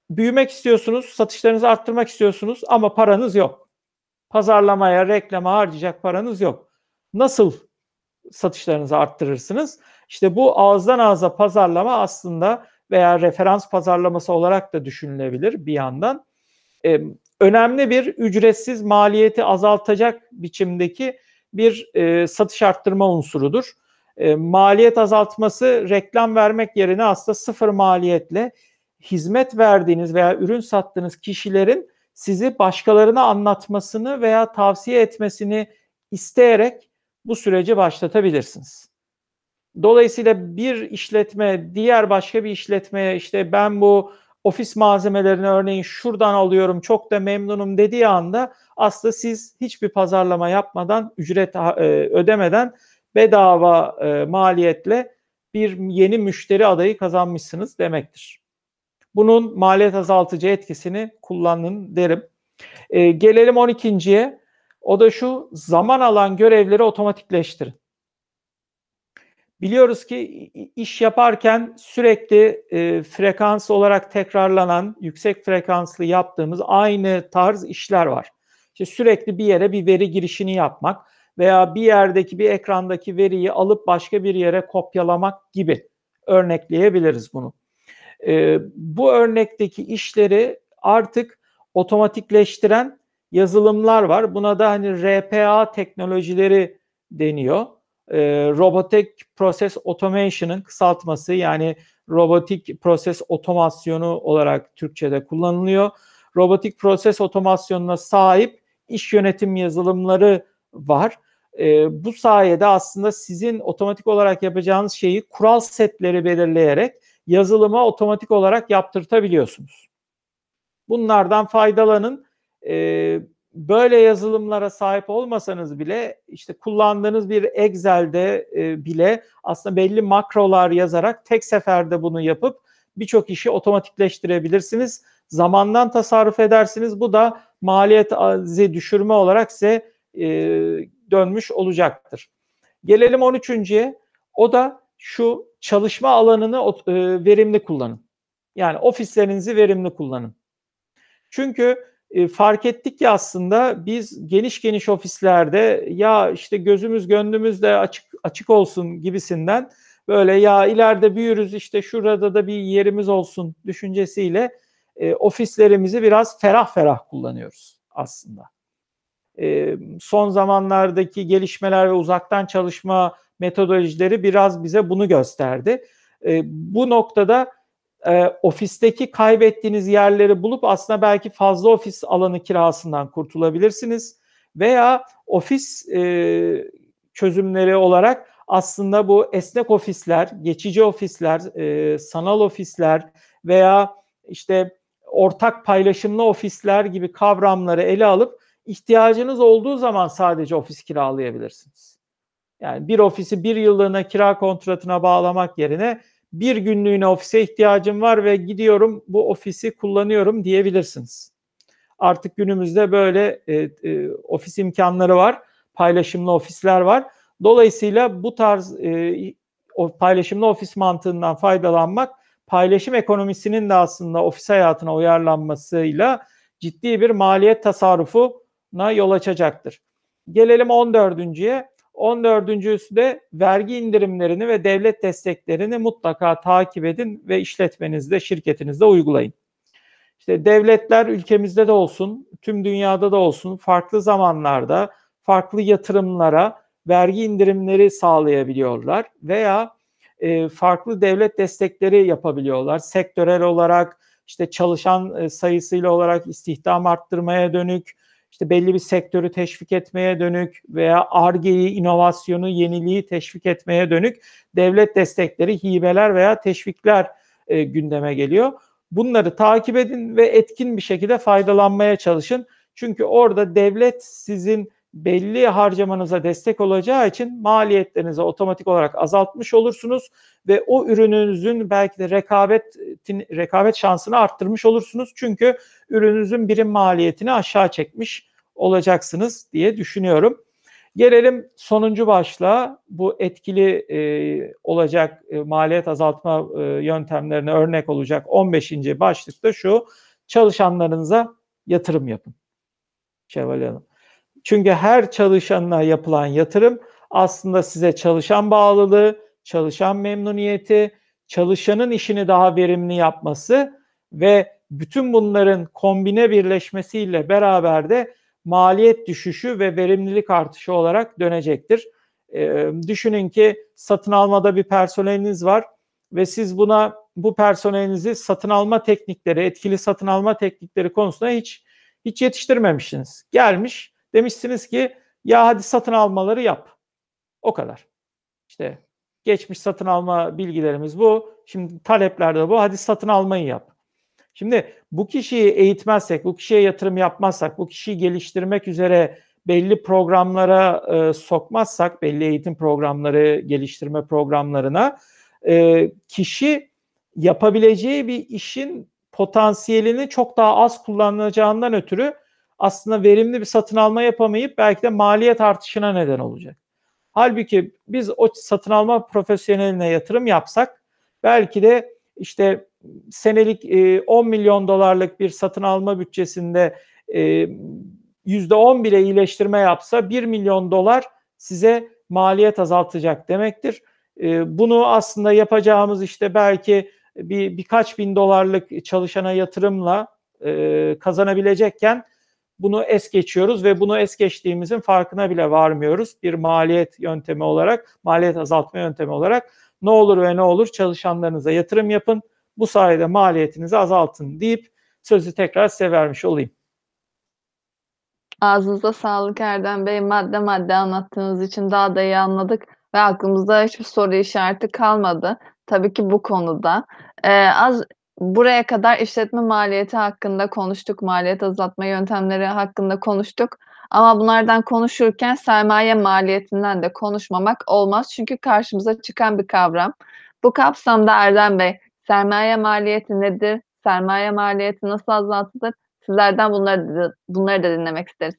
büyümek istiyorsunuz, satışlarınızı arttırmak istiyorsunuz ama paranız yok. Pazarlamaya, reklama harcayacak paranız yok. Nasıl satışlarınızı arttırırsınız? İşte bu ağızdan ağza pazarlama aslında veya referans pazarlaması olarak da düşünülebilir bir yandan. Ee, önemli bir ücretsiz maliyeti azaltacak biçimdeki bir e, satış arttırma unsurudur. E, maliyet azaltması reklam vermek yerine aslında sıfır maliyetle hizmet verdiğiniz veya ürün sattığınız kişilerin sizi başkalarına anlatmasını veya tavsiye etmesini isteyerek bu süreci başlatabilirsiniz. Dolayısıyla bir işletme diğer başka bir işletmeye işte ben bu ofis malzemelerini örneğin şuradan alıyorum çok da memnunum dediği anda aslında siz hiçbir pazarlama yapmadan, ücret e, ödemeden bedava e, maliyetle bir yeni müşteri adayı kazanmışsınız demektir. Bunun maliyet azaltıcı etkisini kullanın derim. E, gelelim on ikinciye. O da şu: zaman alan görevleri otomatikleştirin. Biliyoruz ki iş yaparken sürekli e, frekans olarak tekrarlanan, yüksek frekanslı yaptığımız aynı tarz işler var. İşte sürekli bir yere bir veri girişini yapmak veya bir yerdeki bir ekrandaki veriyi alıp başka bir yere kopyalamak gibi örnekleyebiliriz bunu. E, bu örnekteki işleri artık otomatikleştiren yazılımlar var. Buna da hani R P A teknolojileri deniyor. E, Robotic Process Automation'ın kısaltması, yani robotik proses otomasyonu olarak Türkçe'de kullanılıyor. Robotik proses otomasyonuna sahip iş yönetim yazılımları var. E, bu sayede aslında sizin otomatik olarak yapacağınız şeyi kural setleri belirleyerek yazılıma otomatik olarak yaptırtabiliyorsunuz. Bunlardan faydalanın. Ee, böyle yazılımlara sahip olmasanız bile işte kullandığınız bir Excel'de e, bile aslında belli makrolar yazarak tek seferde bunu yapıp birçok işi otomatikleştirebilirsiniz. Zamandan tasarruf edersiniz. Bu da maliyeti düşürme olarak size e, dönmüş olacaktır. Gelelim on üçüncüye. O da şu: çalışma alanını e, verimli kullanın. Yani ofislerinizi verimli kullanın. Çünkü e, fark ettik ki aslında biz geniş geniş ofislerde ya işte gözümüz gönlümüz de açık açık olsun gibisinden böyle ya ileride büyürüz işte şurada da bir yerimiz olsun düşüncesiyle e, ofislerimizi biraz ferah ferah kullanıyoruz aslında. E, son zamanlardaki gelişmeler ve uzaktan çalışma metodolojileri biraz bize bunu gösterdi. E, bu noktada e, ofisteki kaybettiğiniz yerleri bulup aslında belki fazla ofis alanı kirasından kurtulabilirsiniz. Veya ofis e, çözümleri olarak aslında bu esnek ofisler, geçici ofisler, e, sanal ofisler veya işte ortak paylaşımlı ofisler gibi kavramları ele alıp ihtiyacınız olduğu zaman sadece ofis kiralayabilirsiniz. Yani bir ofisi bir yıllığına kira kontratına bağlamak yerine bir günlüğüne ofise ihtiyacım var ve gidiyorum bu ofisi kullanıyorum diyebilirsiniz. Artık günümüzde böyle e, e, ofis imkanları var, paylaşımlı ofisler var. Dolayısıyla bu tarz e, o paylaşımlı ofis mantığından faydalanmak, paylaşım ekonomisinin de aslında ofis hayatına uyarlanmasıyla ciddi bir maliyet tasarrufuna yol açacaktır. Gelelim on dördüncüye. on dördüncüsü de vergi indirimlerini ve devlet desteklerini mutlaka takip edin ve işletmenizde, şirketinizde uygulayın. İşte devletler ülkemizde de olsun, tüm dünyada da olsun farklı zamanlarda farklı yatırımlara vergi indirimleri sağlayabiliyorlar veya e, farklı devlet destekleri yapabiliyorlar. Sektörel olarak işte çalışan sayısıyla olarak istihdam arttırmaya dönük, İşte belli bir sektörü teşvik etmeye dönük veya Ar-Ge'yi, inovasyonu, yeniliği teşvik etmeye dönük devlet destekleri, hibeler veya teşvikler e, gündeme geliyor. Bunları takip edin ve etkin bir şekilde faydalanmaya çalışın. Çünkü orada devlet sizin belli harcamanıza destek olacağı için maliyetlerinizi otomatik olarak azaltmış olursunuz ve o ürününüzün belki de rekabet rekabet şansını arttırmış olursunuz. Çünkü ürününüzün birim maliyetini aşağı çekmiş olacaksınız diye düşünüyorum. Gelelim sonuncu başlığa, bu etkili e, olacak e, maliyet azaltma e, yöntemlerine örnek olacak on beşinci başlıkta şu: çalışanlarınıza yatırım yapın. Şevval Hanım. Çünkü her çalışanına yapılan yatırım aslında size çalışan bağlılığı, çalışan memnuniyeti, çalışanın işini daha verimli yapması ve bütün bunların kombine birleşmesiyle beraber de maliyet düşüşü ve verimlilik artışı olarak dönecektir. Ee, düşünün ki satın almada bir personeliniz var ve siz buna bu personelinizi satın alma teknikleri, etkili satın alma teknikleri konusunda hiç hiç yetiştirmemişsiniz. Gelmiş, demişsiniz ki ya hadi satın almaları yap. O kadar. İşte geçmiş satın alma bilgilerimiz bu. Şimdi talepler de bu. Hadi satın almayı yap. Şimdi bu kişiyi eğitmezsek, bu kişiye yatırım yapmazsak, bu kişiyi geliştirmek üzere belli programlara e, sokmazsak, belli eğitim programları, geliştirme programlarına, e, kişi yapabileceği bir işin potansiyelini çok daha az kullanacağından ötürü aslında verimli bir satın alma yapamayıp belki de maliyet artışına neden olacak. Halbuki biz o satın alma profesyoneline yatırım yapsak belki de işte senelik on milyon dolarlık bir satın alma bütçesinde yüzde on bire iyileştirme yapsa bir milyon dolar size maliyet azaltacak demektir. Bunu aslında yapacağımız işte belki bir birkaç bin dolarlık çalışana yatırımla kazanabilecekken bunu es geçiyoruz ve bunu es geçtiğimizin farkına bile varmıyoruz. Bir maliyet yöntemi olarak, maliyet azaltma yöntemi olarak ne olur ve ne olur çalışanlarınıza yatırım yapın. Bu sayede maliyetinizi azaltın deyip sözü tekrar size vermiş olayım. Ağzınıza sağlık Erdem Bey. Madde madde anlattığınız için daha da iyi anladık ve aklımızda hiçbir soru işareti kalmadı. Tabii ki bu konuda. Eee, az buraya kadar işletme maliyeti hakkında konuştuk, maliyet azaltma yöntemleri hakkında konuştuk ama bunlardan konuşurken sermaye maliyetinden de konuşmamak olmaz. Çünkü karşımıza çıkan bir kavram. Bu kapsamda Erdem Bey, sermaye maliyeti nedir? Sermaye maliyeti nasıl azaltılır? Sizlerden bunları bunları da dinlemek isteriz.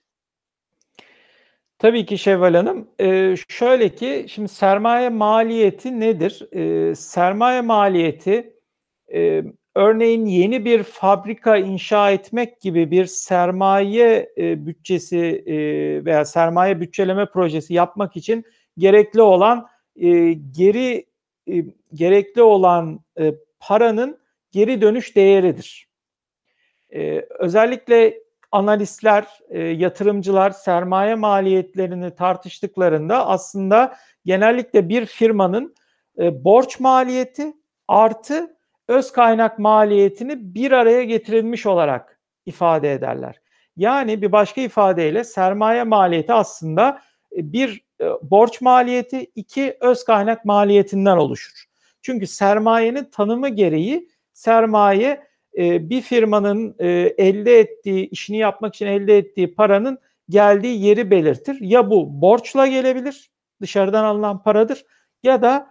Tabii ki Şevval Hanım. Ee, şöyle ki, şimdi sermaye maliyeti nedir? Ee, sermaye maliyeti, e, örneğin yeni bir fabrika inşa etmek gibi bir sermaye e, bütçesi e, veya sermaye bütçeleme projesi yapmak için gerekli olan e, geri e, gerekli olan e, paranın geri dönüş değeridir. Ee, özellikle analistler, e, yatırımcılar sermaye maliyetlerini tartıştıklarında aslında genellikle bir firmanın e, borç maliyeti artı öz kaynak maliyetini bir araya getirilmiş olarak ifade ederler. Yani bir başka ifadeyle sermaye maliyeti aslında e, bir e, borç maliyeti, iki öz kaynak maliyetinden oluşur. Çünkü sermayenin tanımı gereği sermaye bir firmanın elde ettiği, işini yapmak için elde ettiği paranın geldiği yeri belirtir. Ya bu borçla gelebilir, dışarıdan alınan paradır, ya da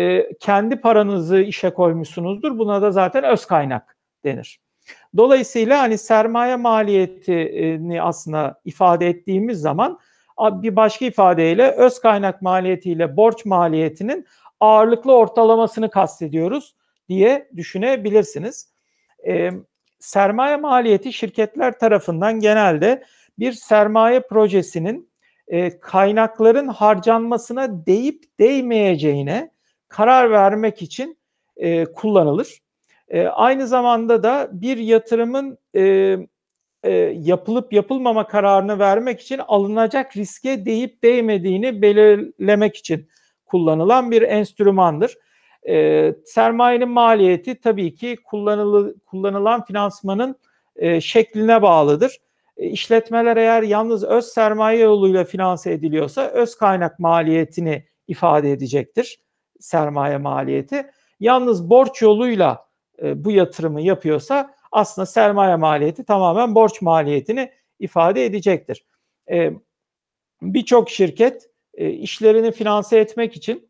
kendi paranızı işe koymuşsunuzdur. Buna da zaten öz kaynak denir. Dolayısıyla hani sermaye maliyetini aslında ifade ettiğimiz zaman bir başka ifadeyle öz kaynak maliyetiyle borç maliyetinin ağırlıklı ortalamasını kastediyoruz diye düşünebilirsiniz. E, sermaye maliyeti şirketler tarafından genelde bir sermaye projesinin e, kaynakların harcanmasına değip değmeyeceğine karar vermek için e, kullanılır. E, aynı zamanda da bir yatırımın e, e, yapılıp yapılmama kararını vermek için alınacak riske değip değmediğini belirlemek için kullanılan bir enstrümandır. E, sermayenin maliyeti tabii ki kullanılı, kullanılan finansmanın e, şekline bağlıdır. E, işletmeler eğer yalnız öz sermaye yoluyla finanse ediliyorsa öz kaynak maliyetini ifade edecektir sermaye maliyeti. Yalnız borç yoluyla e, bu yatırımı yapıyorsa aslında sermaye maliyeti tamamen borç maliyetini ifade edecektir. E, Birçok şirket e, işlerini finanse etmek için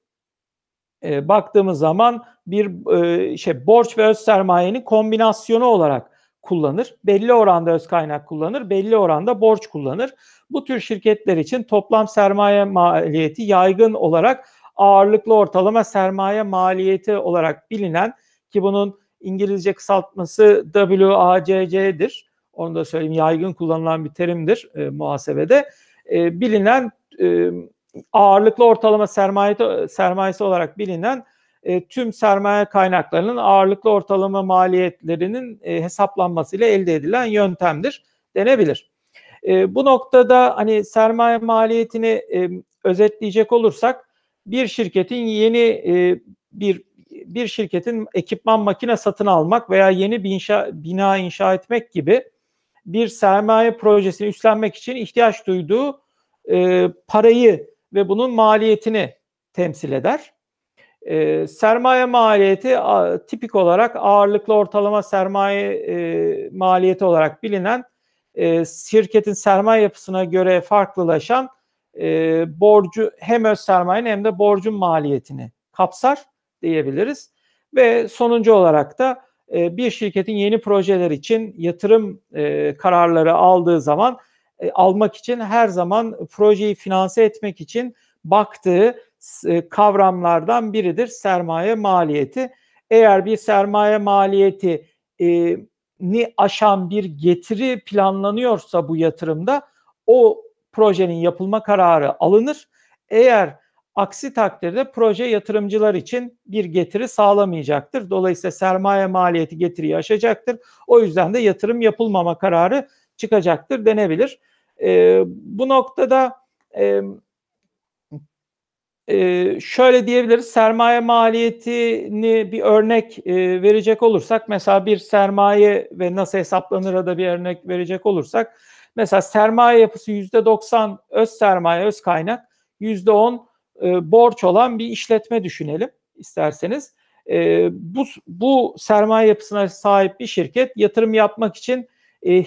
baktığımız zaman bir şey borç ve öz sermayenin kombinasyonu olarak kullanır, belli oranda öz kaynak kullanır, belli oranda borç kullanır. Bu tür şirketler için toplam sermaye maliyeti yaygın olarak ağırlıklı ortalama sermaye maliyeti olarak bilinen, ki bunun İngilizce kısaltması W A C C'dir. Onu da söyleyeyim, yaygın kullanılan bir terimdir e, muhasebede. E, bilinen e, ağırlıklı ortalama sermaye sermayesi olarak bilinen e, tüm sermaye kaynaklarının ağırlıklı ortalama maliyetlerinin e, hesaplanmasıyla elde edilen yöntemdir denebilir. E, bu noktada hani sermaye maliyetini e, özetleyecek olursak, bir şirketin yeni e, bir bir şirketin ekipman makine satın almak veya yeni bir inşa, bina inşa etmek gibi bir sermaye projesini üstlenmek için ihtiyaç duyduğu e, parayı ve bunun maliyetini temsil eder. E, sermaye maliyeti a, tipik olarak ağırlıklı ortalama sermaye e, maliyeti olarak bilinen, e, şirketin sermaye yapısına göre farklılaşan e, borcu, hem öz sermayenin hem de borcun maliyetini kapsar diyebiliriz. Ve sonuncu olarak da e, bir şirketin yeni projeler için yatırım e, kararları aldığı zaman e, almak için her zaman projeyi finanse etmek için baktığı e, kavramlardan biridir sermaye maliyeti. Eğer bir sermaye maliyeti e, ni aşan bir getiri planlanıyorsa bu yatırımda, o projenin yapılma kararı alınır. Eğer aksi takdirde proje yatırımcılar için bir getiri sağlamayacaktır. Dolayısıyla sermaye maliyeti getiriyi aşacaktır. O yüzden de yatırım yapılmama kararı çıkacaktır denebilir. E, bu noktada e, e, şöyle diyebiliriz, sermaye maliyetini bir örnek e, verecek olursak, mesela bir sermaye ve nasıl hesaplanır'a da bir örnek verecek olursak, mesela sermaye yapısı yüzde doksan öz sermaye, öz kaynak, yüzde on e, borç olan bir işletme düşünelim isterseniz. E, bu, bu sermaye yapısına sahip bir şirket yatırım yapmak için e,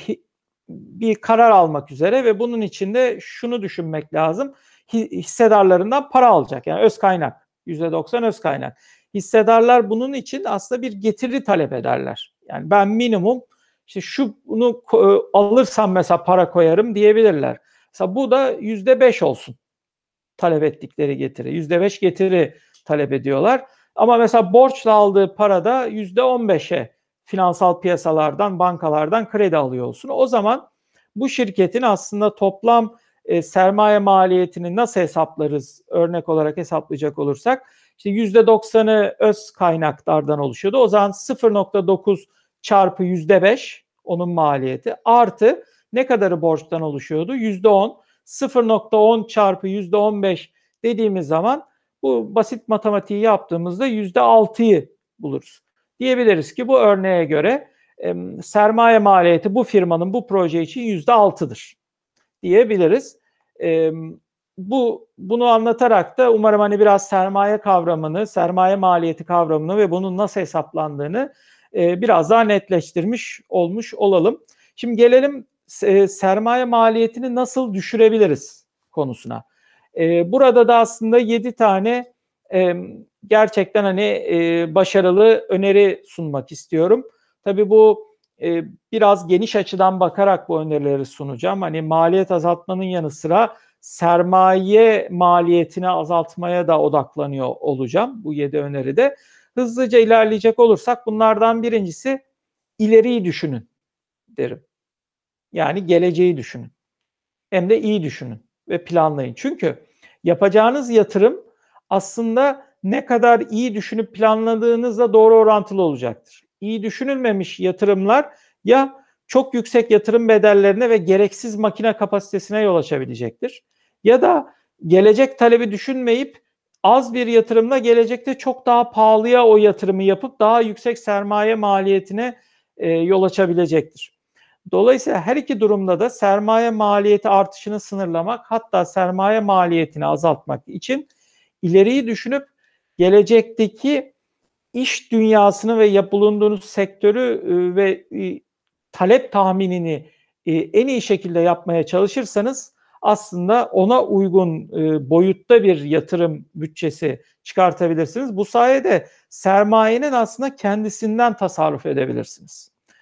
bir karar almak üzere ve bunun için de şunu düşünmek lazım: hissedarlarından para alacak. Yani öz kaynak, yüzde doksan öz kaynak. Hissedarlar bunun için aslında bir getiri talep ederler. Yani ben minimum işte şu bunu alırsam mesela para koyarım diyebilirler. Mesela bu da yüzde beş olsun talep ettikleri getiri. Yüzde beş getiri talep ediyorlar. Ama mesela borçla aldığı para da yüzde on beşe finansal piyasalardan, bankalardan kredi alıyor olsun. O zaman bu şirketin aslında toplam e, sermaye maliyetini nasıl hesaplarız? Örnek olarak hesaplayacak olursak, işte yüzde doksanı öz kaynaklardan oluşuyordu. O zaman sıfır nokta dokuz çarpı yüzde beş onun maliyeti, artı ne kadarı borçtan oluşuyordu? yüzde on. sıfır nokta on çarpı yüzde on beş dediğimiz zaman, bu basit matematiği yaptığımızda yüzde altıyı buluruz. Diyebiliriz ki bu örneğe göre e, sermaye maliyeti bu firmanın bu proje için yüzde altıdır diyebiliriz. E, bu bunu anlatarak da umarım hani biraz sermaye kavramını, sermaye maliyeti kavramını ve bunun nasıl hesaplandığını e, biraz daha netleştirmiş olmuş olalım. Şimdi gelelim e, sermaye maliyetini nasıl düşürebiliriz konusuna. E, burada da aslında yedi tane e, gerçekten hani e, başarılı öneri sunmak istiyorum. Tabii bu e, biraz geniş açıdan bakarak bu önerileri sunacağım. Hani maliyet azaltmanın yanı sıra sermaye maliyetini azaltmaya da odaklanıyor olacağım bu yedi öneride. Hızlıca ilerleyecek olursak, bunlardan birincisi ileriyi düşünün derim. Yani geleceği düşünün. Hem de iyi düşünün ve planlayın. Çünkü yapacağınız yatırım aslında ne kadar iyi düşünüp planladığınızla doğru orantılı olacaktır. İyi düşünülmemiş yatırımlar ya çok yüksek yatırım bedellerine ve gereksiz makine kapasitesine yol açabilecektir. Ya da gelecek talebi düşünmeyip az bir yatırımla gelecekte çok daha pahalıya o yatırımı yapıp daha yüksek sermaye maliyetine e, yol açabilecektir. Dolayısıyla her iki durumda da sermaye maliyeti artışını sınırlamak, hatta sermaye maliyetini azaltmak için ileriyi düşünüp gelecekteki iş dünyasını ve bulunduğunuz sektörü ve talep tahminini en iyi şekilde yapmaya çalışırsanız, aslında ona uygun boyutta bir yatırım bütçesi çıkartabilirsiniz. Bu sayede sermayenin aslında kendisinden tasarruf edebilirsiniz.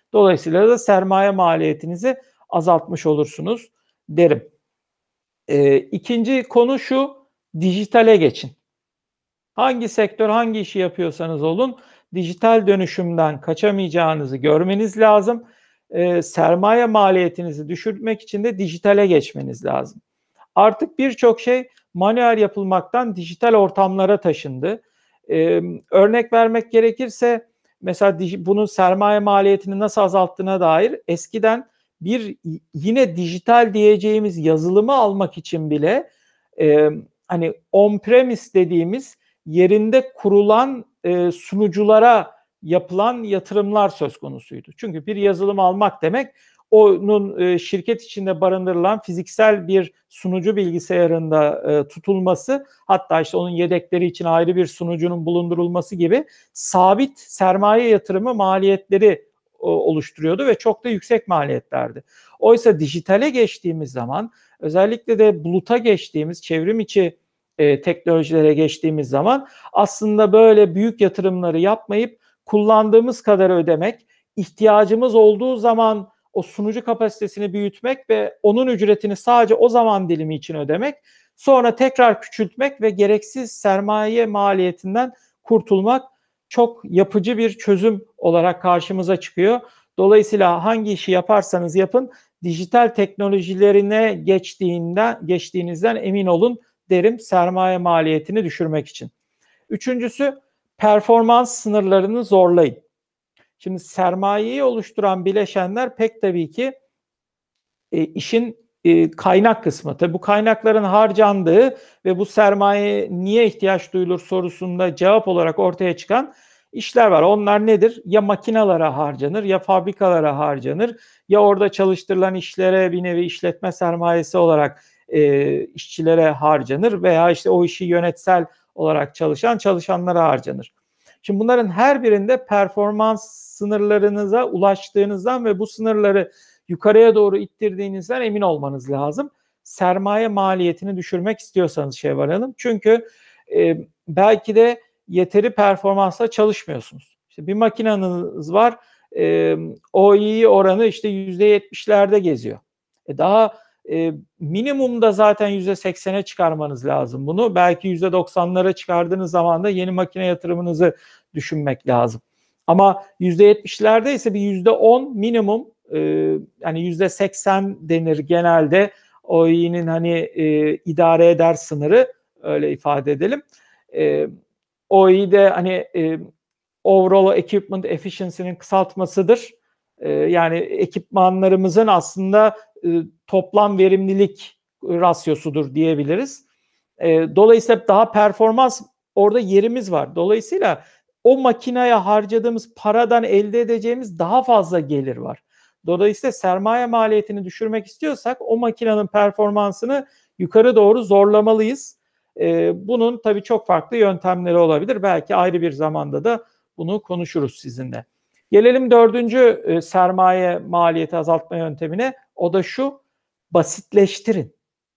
Dolayısıyla da sermaye maliyetinizi azaltmış olursunuz derim. Ee, ikinci konu şu, dijitale geçin. Hangi sektör, hangi işi yapıyorsanız olun, dijital dönüşümden kaçamayacağınızı görmeniz lazım. Ee, sermaye maliyetinizi düşürmek için de dijitale geçmeniz lazım. Artık birçok şey manuel yapılmaktan dijital ortamlara taşındı. Ee, örnek vermek gerekirse, mesela bunun sermaye maliyetini nasıl azalttığına dair eskiden bir yine dijital diyeceğimiz yazılımı almak için bile e, hani on-premise dediğimiz yerinde kurulan e, sunuculara yapılan yatırımlar söz konusuydu. Çünkü bir yazılım almak demek onun e, şirket içinde barındırılan fiziksel bir sunucu bilgisayarında e, tutulması, hatta işte onun yedekleri için ayrı bir sunucunun bulundurulması gibi sabit sermaye yatırımı maliyetleri o, oluşturuyordu ve çok da yüksek maliyetlerdi. Oysa dijitale geçtiğimiz zaman, özellikle de buluta geçtiğimiz, çevrim içi e, teknolojilere geçtiğimiz zaman aslında böyle büyük yatırımları yapmayıp kullandığımız kadar ödemek, ihtiyacımız olduğu zaman o sunucu kapasitesini büyütmek ve onun ücretini sadece o zaman dilimi için ödemek, sonra tekrar küçültmek ve gereksiz sermaye maliyetinden kurtulmak çok yapıcı bir çözüm olarak karşımıza çıkıyor. Dolayısıyla hangi işi yaparsanız yapın, dijital teknolojilerine geçtiğinden, geçtiğinizden emin olun derim, sermaye maliyetini düşürmek için. Üçüncüsü, performans sınırlarını zorlayın. Şimdi sermayeyi oluşturan bileşenler pek tabii ki e, işin e, kaynak kısmı. Tabii bu kaynakların harcandığı ve bu sermaye niye ihtiyaç duyulur sorusunda cevap olarak ortaya çıkan işler var. Onlar nedir? Ya makinalara harcanır, ya fabrikalara harcanır, ya orada çalıştırılan işlere bir nevi işletme sermayesi olarak e, işçilere harcanır veya işte o işi yönetsel olarak çalışan çalışanlara harcanır. Şimdi bunların her birinde performans sınırlarınıza ulaştığınızdan ve bu sınırları yukarıya doğru ittirdiğinizden emin olmanız lazım. Sermaye maliyetini düşürmek istiyorsanız Şevval Hanım. Çünkü e, belki de yeteri performansla çalışmıyorsunuz. İşte bir makineniz var, e, O E E oranı işte yüzde yetmişlerde geziyor. E daha e, minimumda zaten yüzde seksene çıkarmanız lazım bunu. Belki yüzde doksanlara çıkardığınız zaman da yeni makine yatırımınızı düşünmek lazım. Ama yüzde yetmişlerde ise bir yüzde on minimum, e, yani yüzde seksen denir genelde O E E'nin hani e, idare eder sınırı, öyle ifade edelim. E, O E E'de hani e, overall equipment efficiency'nin kısaltmasıdır. E, yani ekipmanlarımızın aslında e, toplam verimlilik rasyosudur diyebiliriz. E, dolayısıyla daha performans orada yerimiz var. Dolayısıyla o makineye harcadığımız paradan elde edeceğimiz daha fazla gelir var. Dolayısıyla sermaye maliyetini düşürmek istiyorsak o makinenin performansını yukarı doğru zorlamalıyız. Ee, bunun tabii çok farklı yöntemleri olabilir. Belki ayrı bir zamanda da bunu konuşuruz sizinle. Gelelim dördüncü e, sermaye maliyeti azaltma yöntemine. O da şu: basitleştirin.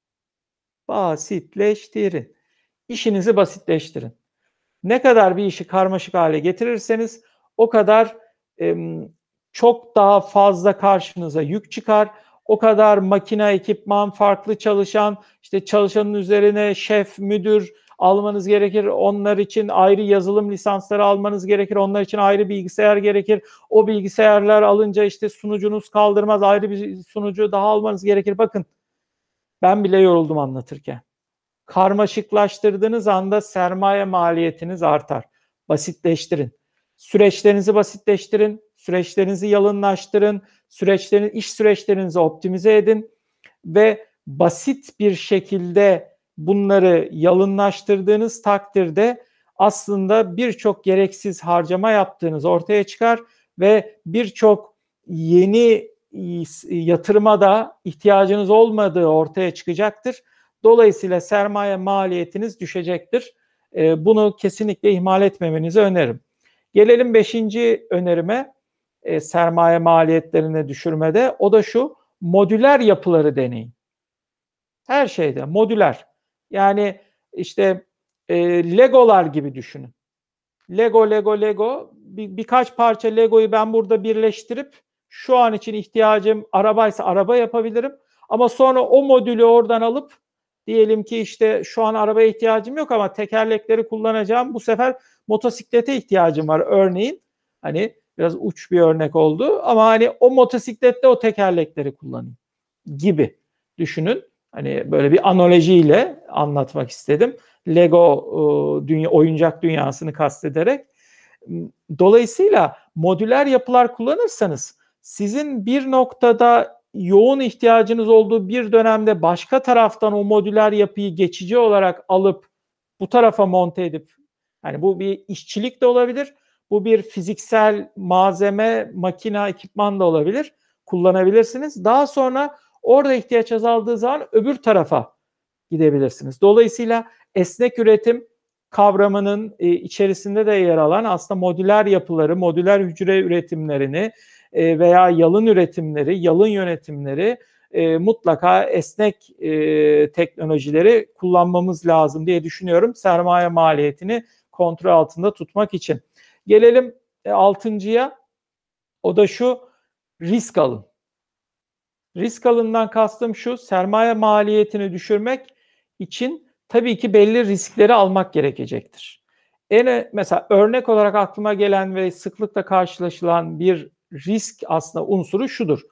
Basitleştirin. İşinizi basitleştirin. Ne kadar bir işi karmaşık hale getirirseniz o kadar e, çok daha fazla karşınıza yük çıkar. O kadar makine, ekipman, farklı çalışan, işte çalışanın üzerine şef, müdür almanız gerekir. Onlar için ayrı yazılım lisansları almanız gerekir. Onlar için ayrı bilgisayar gerekir. O bilgisayarlar alınca işte sunucunuz kaldırmaz. Ayrı bir sunucu daha almanız gerekir. Bakın, ben bile yoruldum anlatırken. Karmaşıklaştırdığınız anda sermaye maliyetiniz artar. Basitleştirin. Süreçlerinizi basitleştirin. Süreçlerinizi yalınlaştırın. Süreçlerin, iş süreçlerinizi optimize edin. Ve basit bir şekilde bunları yalınlaştırdığınız takdirde aslında birçok gereksiz harcama yaptığınız ortaya çıkar ve birçok yeni yatırıma da ihtiyacınız olmadığı ortaya çıkacaktır. Dolayısıyla sermaye maliyetiniz düşecektir. E, bunu kesinlikle ihmal etmemenizi öneririm. Gelelim beşinci önerime, e, sermaye maliyetlerini düşürmede. O da şu: modüler yapıları deneyin. Her şeyde modüler. Yani işte e, Legolar gibi düşünün. Lego, Lego, Lego. Bir, birkaç parça Lego'yu ben burada birleştirip Şu an için ihtiyacım arabaysa araba yapabilirim. Ama sonra o modülü oradan alıp diyelim ki işte şu an arabaya ihtiyacım yok ama tekerlekleri kullanacağım. Bu sefer motosiklete ihtiyacım var örneğin. Hani biraz uç bir örnek oldu ama hani o motosiklette o tekerlekleri kullanayım gibi düşünün. Hani böyle bir analojiyle anlatmak istedim. Lego dünya, oyuncak dünyasını kastederek. Dolayısıyla modüler yapılar kullanırsanız sizin bir noktada yoğun ihtiyacınız olduğu bir dönemde başka taraftan o modüler yapıyı geçici olarak alıp bu tarafa monte edip, yani bu bir işçilik de olabilir, bu bir fiziksel malzeme, makina, ekipman da olabilir, kullanabilirsiniz. Daha sonra orada ihtiyaç azaldığı zaman öbür tarafa gidebilirsiniz. Dolayısıyla esnek üretim kavramının e, içerisinde de yer alan aslında modüler yapıları, modüler hücre üretimlerini e, veya yalın üretimleri, yalın yönetimleri e, mutlaka esnek e, teknolojileri kullanmamız lazım diye düşünüyorum. Sermaye maliyetini kontrol altında tutmak için. Gelelim e, altıncıya. O da şu: risk alın. Risk alından kastım şu: sermaye maliyetini düşürmek için tabii ki belli riskleri almak gerekecektir. En mesela örnek olarak aklıma gelen ve sıklıkla karşılaşılan bir risk aslında unsuru şudur: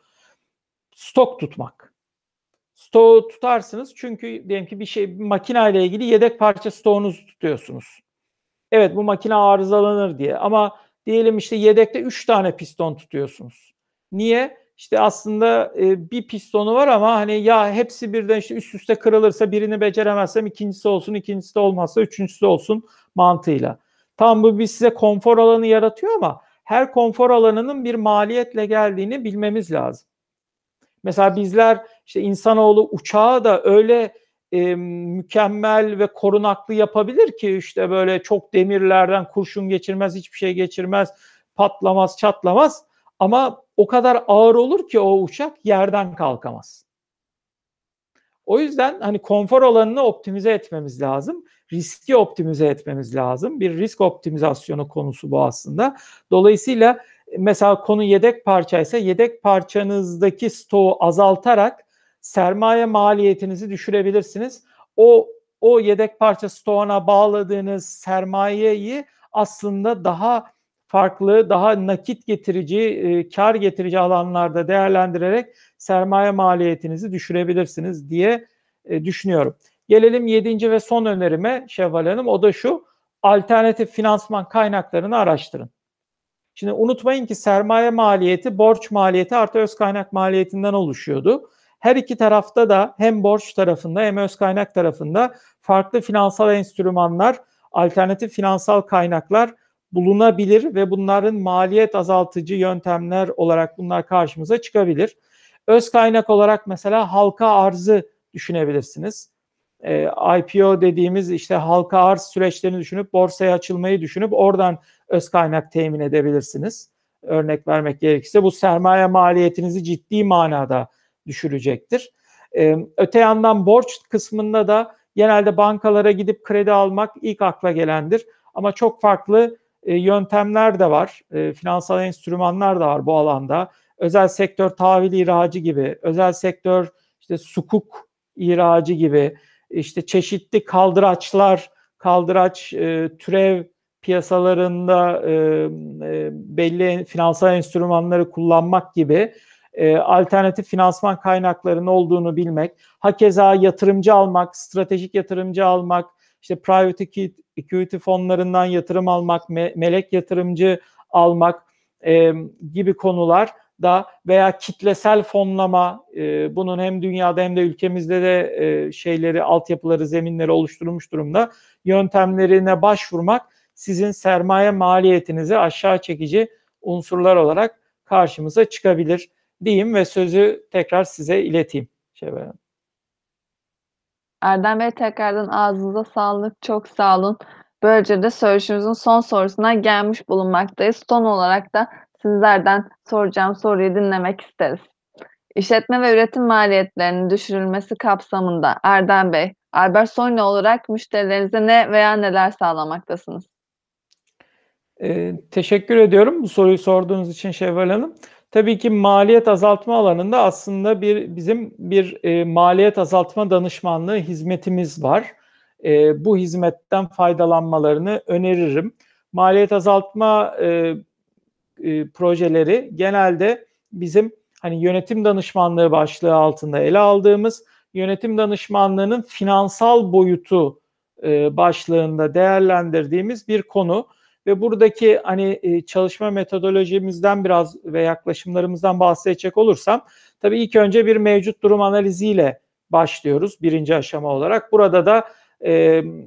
stok tutmak. Stoğu tutarsınız çünkü diyelim ki bir şey, bir makine ile ilgili yedek parça stoğunuzu tutuyorsunuz. Evet, bu makine arızalanır diye ama diyelim işte yedekte üç tane piston tutuyorsunuz. Niye? İşte aslında e, bir pistonu var ama hani ya hepsi birden işte üst üste kırılırsa birini beceremezsem ikincisi olsun, ikincisi de olmazsa üçüncüsü de olsun mantığıyla. Tamam, bu bir size konfor alanı yaratıyor ama her konfor alanının bir maliyetle geldiğini bilmemiz lazım. Mesela bizler işte insanoğlu uçağı da öyle e, mükemmel ve korunaklı yapabilir ki işte böyle çok demirlerden kurşun geçirmez, hiçbir şey geçirmez, patlamaz, çatlamaz. Ama o kadar ağır olur ki o uçak yerden kalkamaz. O yüzden hani konfor alanını optimize etmemiz lazım. Riski optimize etmemiz lazım. Bir risk optimizasyonu konusu bu aslında. Dolayısıyla mesela konu yedek parça ise yedek parçanızdaki stoğu azaltarak sermaye maliyetinizi düşürebilirsiniz. O o yedek parça stoğuna bağladığınız sermayeyi aslında daha farklı, daha nakit getirici, e, kar getirici alanlarda değerlendirerek sermaye maliyetinizi düşürebilirsiniz diye e, düşünüyorum. Gelelim yedinci ve son önerime Şevval Hanım. O da şu: alternatif finansman kaynaklarını araştırın. Şimdi unutmayın ki sermaye maliyeti borç maliyeti artı öz kaynak maliyetinden oluşuyordu. Her iki tarafta da hem borç tarafında hem öz kaynak tarafında farklı finansal enstrümanlar, alternatif finansal kaynaklar bulunabilir ve bunların maliyet azaltıcı yöntemler olarak bunlar karşımıza çıkabilir. Öz kaynak olarak mesela halka arzı düşünebilirsiniz. E, I P O dediğimiz işte halka arz süreçlerini düşünüp borsaya açılmayı düşünüp oradan öz kaynak temin edebilirsiniz. Örnek vermek gerekirse bu sermaye maliyetinizi ciddi manada düşürecektir. E, öte yandan borç kısmında da genelde bankalara gidip kredi almak ilk akla gelendir. Ama çok farklı e, yöntemler de var. E, finansal enstrümanlar da var bu alanda. Özel sektör tahvil ihracı gibi, özel sektör işte sukuk ihracı gibi, işte çeşitli kaldıraçlar, kaldıraç e, türev piyasalarında e, e, belli finansal enstrümanları kullanmak gibi e, alternatif finansman kaynaklarının olduğunu bilmek, hakeza yatırımcı almak, stratejik yatırımcı almak, işte private equity fonlarından yatırım almak, me- melek yatırımcı almak e, gibi konular da veya kitlesel fonlama, e, bunun hem dünyada hem de ülkemizde de e, şeyleri, altyapıları, zeminleri oluşturulmuş durumda, yöntemlerine başvurmak sizin sermaye maliyetinizi aşağı çekici unsurlar olarak karşımıza çıkabilir diyeyim ve sözü tekrar size ileteyim. Şevval Hanım. Erdem Bey, tekrardan ağzınıza sağlık, çok sağ olun. Böylece de söyleşimizin son sorusuna gelmiş bulunmaktayız. Son olarak da sizlerden soracağım soruyu dinlemek isteriz. İşletme ve üretim maliyetlerinin düşürülmesi kapsamında Erdem Bey, Albert Soylu olarak müşterilerinize ne veya neler sağlamaktasınız? Ee, teşekkür ediyorum bu soruyu sorduğunuz için Şevval Hanım. Tabii ki maliyet azaltma alanında aslında bir bizim bir, eee, maliyet azaltma danışmanlığı hizmetimiz var. Eee, bu hizmetten faydalanmalarını öneririm. Maliyet azaltma, eee, eee, projeleri genelde bizim, hani, yönetim danışmanlığı başlığı altında ele aldığımız, yönetim danışmanlığının finansal boyutu, eee, başlığında değerlendirdiğimiz bir konu ve buradaki, hani, eee, çalışma metodolojimizden biraz ve yaklaşımlarımızdan bahsedecek olursam, tabii ilk önce bir mevcut durum analiziyle başlıyoruz birinci aşama olarak. Burada da, emm,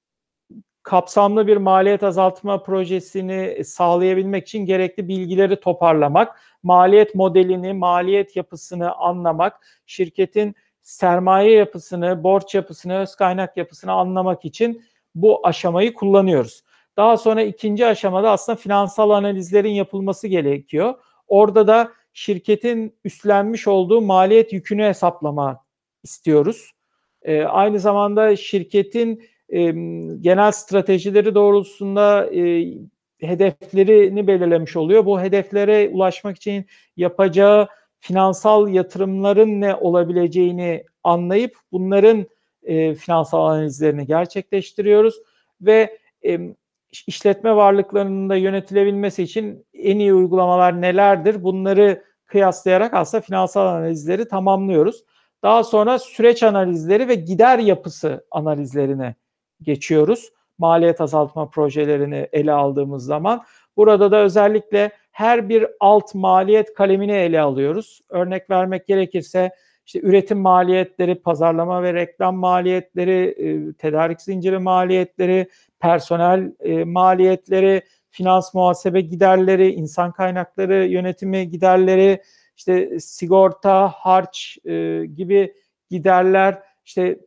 kapsamlı bir maliyet azaltma projesini sağlayabilmek için gerekli bilgileri toparlamak, maliyet modelini, maliyet yapısını anlamak, şirketin sermaye yapısını, borç yapısını, öz kaynak yapısını anlamak için bu aşamayı kullanıyoruz. Daha sonra ikinci aşamada aslında finansal analizlerin yapılması gerekiyor. Orada da şirketin üstlenmiş olduğu maliyet yükünü hesaplamak istiyoruz. Ee, aynı zamanda şirketin e, genel stratejileri doğrultusunda e, hedeflerini belirlemiş oluyor. Bu hedeflere ulaşmak için yapacağı finansal yatırımların ne olabileceğini anlayıp bunların e, finansal analizlerini gerçekleştiriyoruz ve e, işletme varlıklarının da yönetilebilmesi için en iyi uygulamalar nelerdir? Bunları kıyaslayarak aslında finansal analizleri tamamlıyoruz. Daha sonra süreç analizleri ve gider yapısı analizlerine geçiyoruz. Maliyet azaltma projelerini ele aldığımız zaman. Burada da özellikle her bir alt maliyet kalemini ele alıyoruz. Örnek vermek gerekirse işte üretim maliyetleri, pazarlama ve reklam maliyetleri, tedarik zinciri maliyetleri, personel maliyetleri, finans muhasebe giderleri, insan kaynakları yönetimi giderleri, işte sigorta, harç e, gibi giderler, işte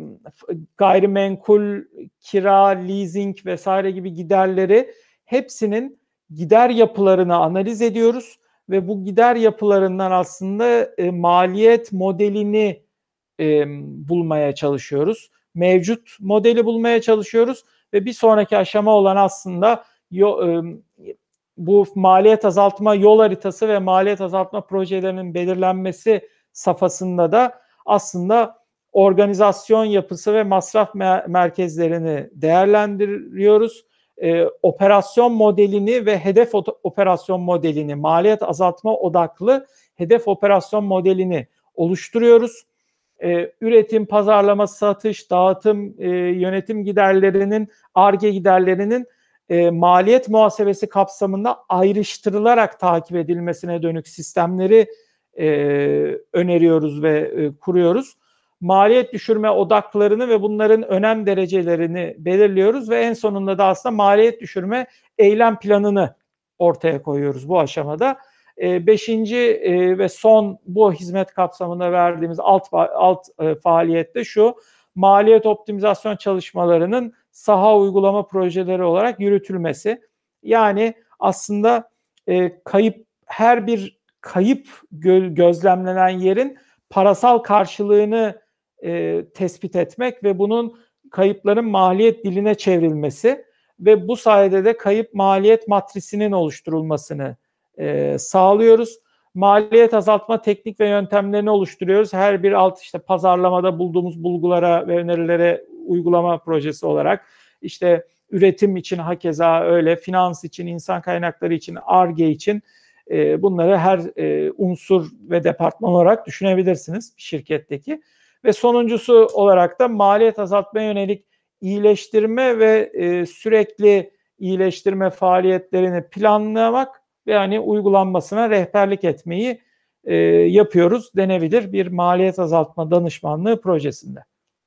gayrimenkul, kira, leasing vesaire gibi giderleri hepsinin gider yapılarını analiz ediyoruz ve bu gider yapılarından aslında e, maliyet modelini e, bulmaya çalışıyoruz. Mevcut modeli bulmaya çalışıyoruz ve bir sonraki aşama olan aslında yo, e, bu maliyet azaltma yol haritası ve maliyet azaltma projelerinin belirlenmesi safhasında da aslında organizasyon yapısı ve masraf merkezlerini değerlendiriyoruz. Ee, operasyon modelini ve hedef operasyon modelini, maliyet azaltma odaklı hedef operasyon modelini oluşturuyoruz. Ee, üretim, pazarlama, satış, dağıtım, e, yönetim giderlerinin, Ar-Ge giderlerinin e, maliyet muhasebesi kapsamında ayrıştırılarak takip edilmesine dönük sistemleri e, öneriyoruz ve e, kuruyoruz. Maliyet düşürme odaklarını ve bunların önem derecelerini belirliyoruz ve en sonunda da aslında maliyet düşürme eylem planını ortaya koyuyoruz bu aşamada. E, beşinci e, ve son bu hizmet kapsamında verdiğimiz alt, alt e, faaliyette şu: maliyet optimizasyon çalışmalarının saha uygulama projeleri olarak yürütülmesi. Yani aslında e, kayıp her bir kayıp gö- gözlemlenen yerin parasal karşılığını e, tespit etmek ve bunun kayıpların maliyet diline çevrilmesi ve bu sayede de kayıp maliyet matrisinin oluşturulmasını e, sağlıyoruz. Maliyet azaltma teknik ve yöntemlerini oluşturuyoruz. Her bir alt işte pazarlamada bulduğumuz bulgulara ve önerilere uygulama projesi olarak, işte üretim için hakeza öyle, finans için, insan kaynakları için, Ar-Ge için e, bunları her e, unsur ve departman olarak düşünebilirsiniz şirketteki. Ve sonuncusu olarak da maliyet azaltmaya yönelik iyileştirme ve e, sürekli iyileştirme faaliyetlerini planlamak ve hani uygulanmasına rehberlik etmeyi e, yapıyoruz denebilir bir maliyet azaltma danışmanlığı projesinde.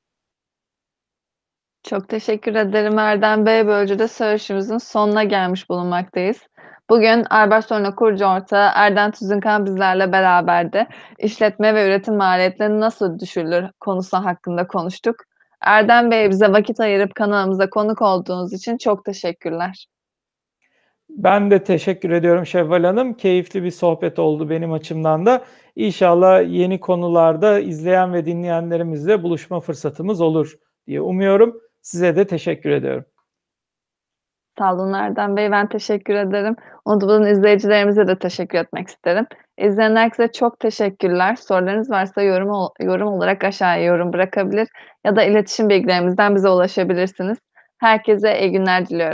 Çok teşekkür ederim Erdem Bey. Böylece de söyleşimizin sonuna gelmiş bulunmaktayız. Bugün Albertsona kurucu ortağı Erdem Tüzünkan bizlerle beraberdi. İşletme ve üretim maliyetleri nasıl düşürülür konusu hakkında konuştuk. Erdem Bey, bize vakit ayırıp kanalımıza konuk olduğunuz için çok teşekkürler. Ben de teşekkür ediyorum Şevval Hanım. Keyifli bir sohbet oldu benim açımdan da. İnşallah yeni konularda izleyen ve dinleyenlerimizle buluşma fırsatımız olur diye umuyorum. Size de teşekkür ediyorum. Sağ olun Erdem Bey, ben teşekkür ederim. Unutmadan izleyicilerimize de teşekkür etmek isterim. İzleyen herkese çok teşekkürler. Sorularınız varsa yorum ol yorum olarak aşağıya yorum bırakabilir ya da iletişim bilgilerimizden bize ulaşabilirsiniz. Herkese iyi günler diliyorum.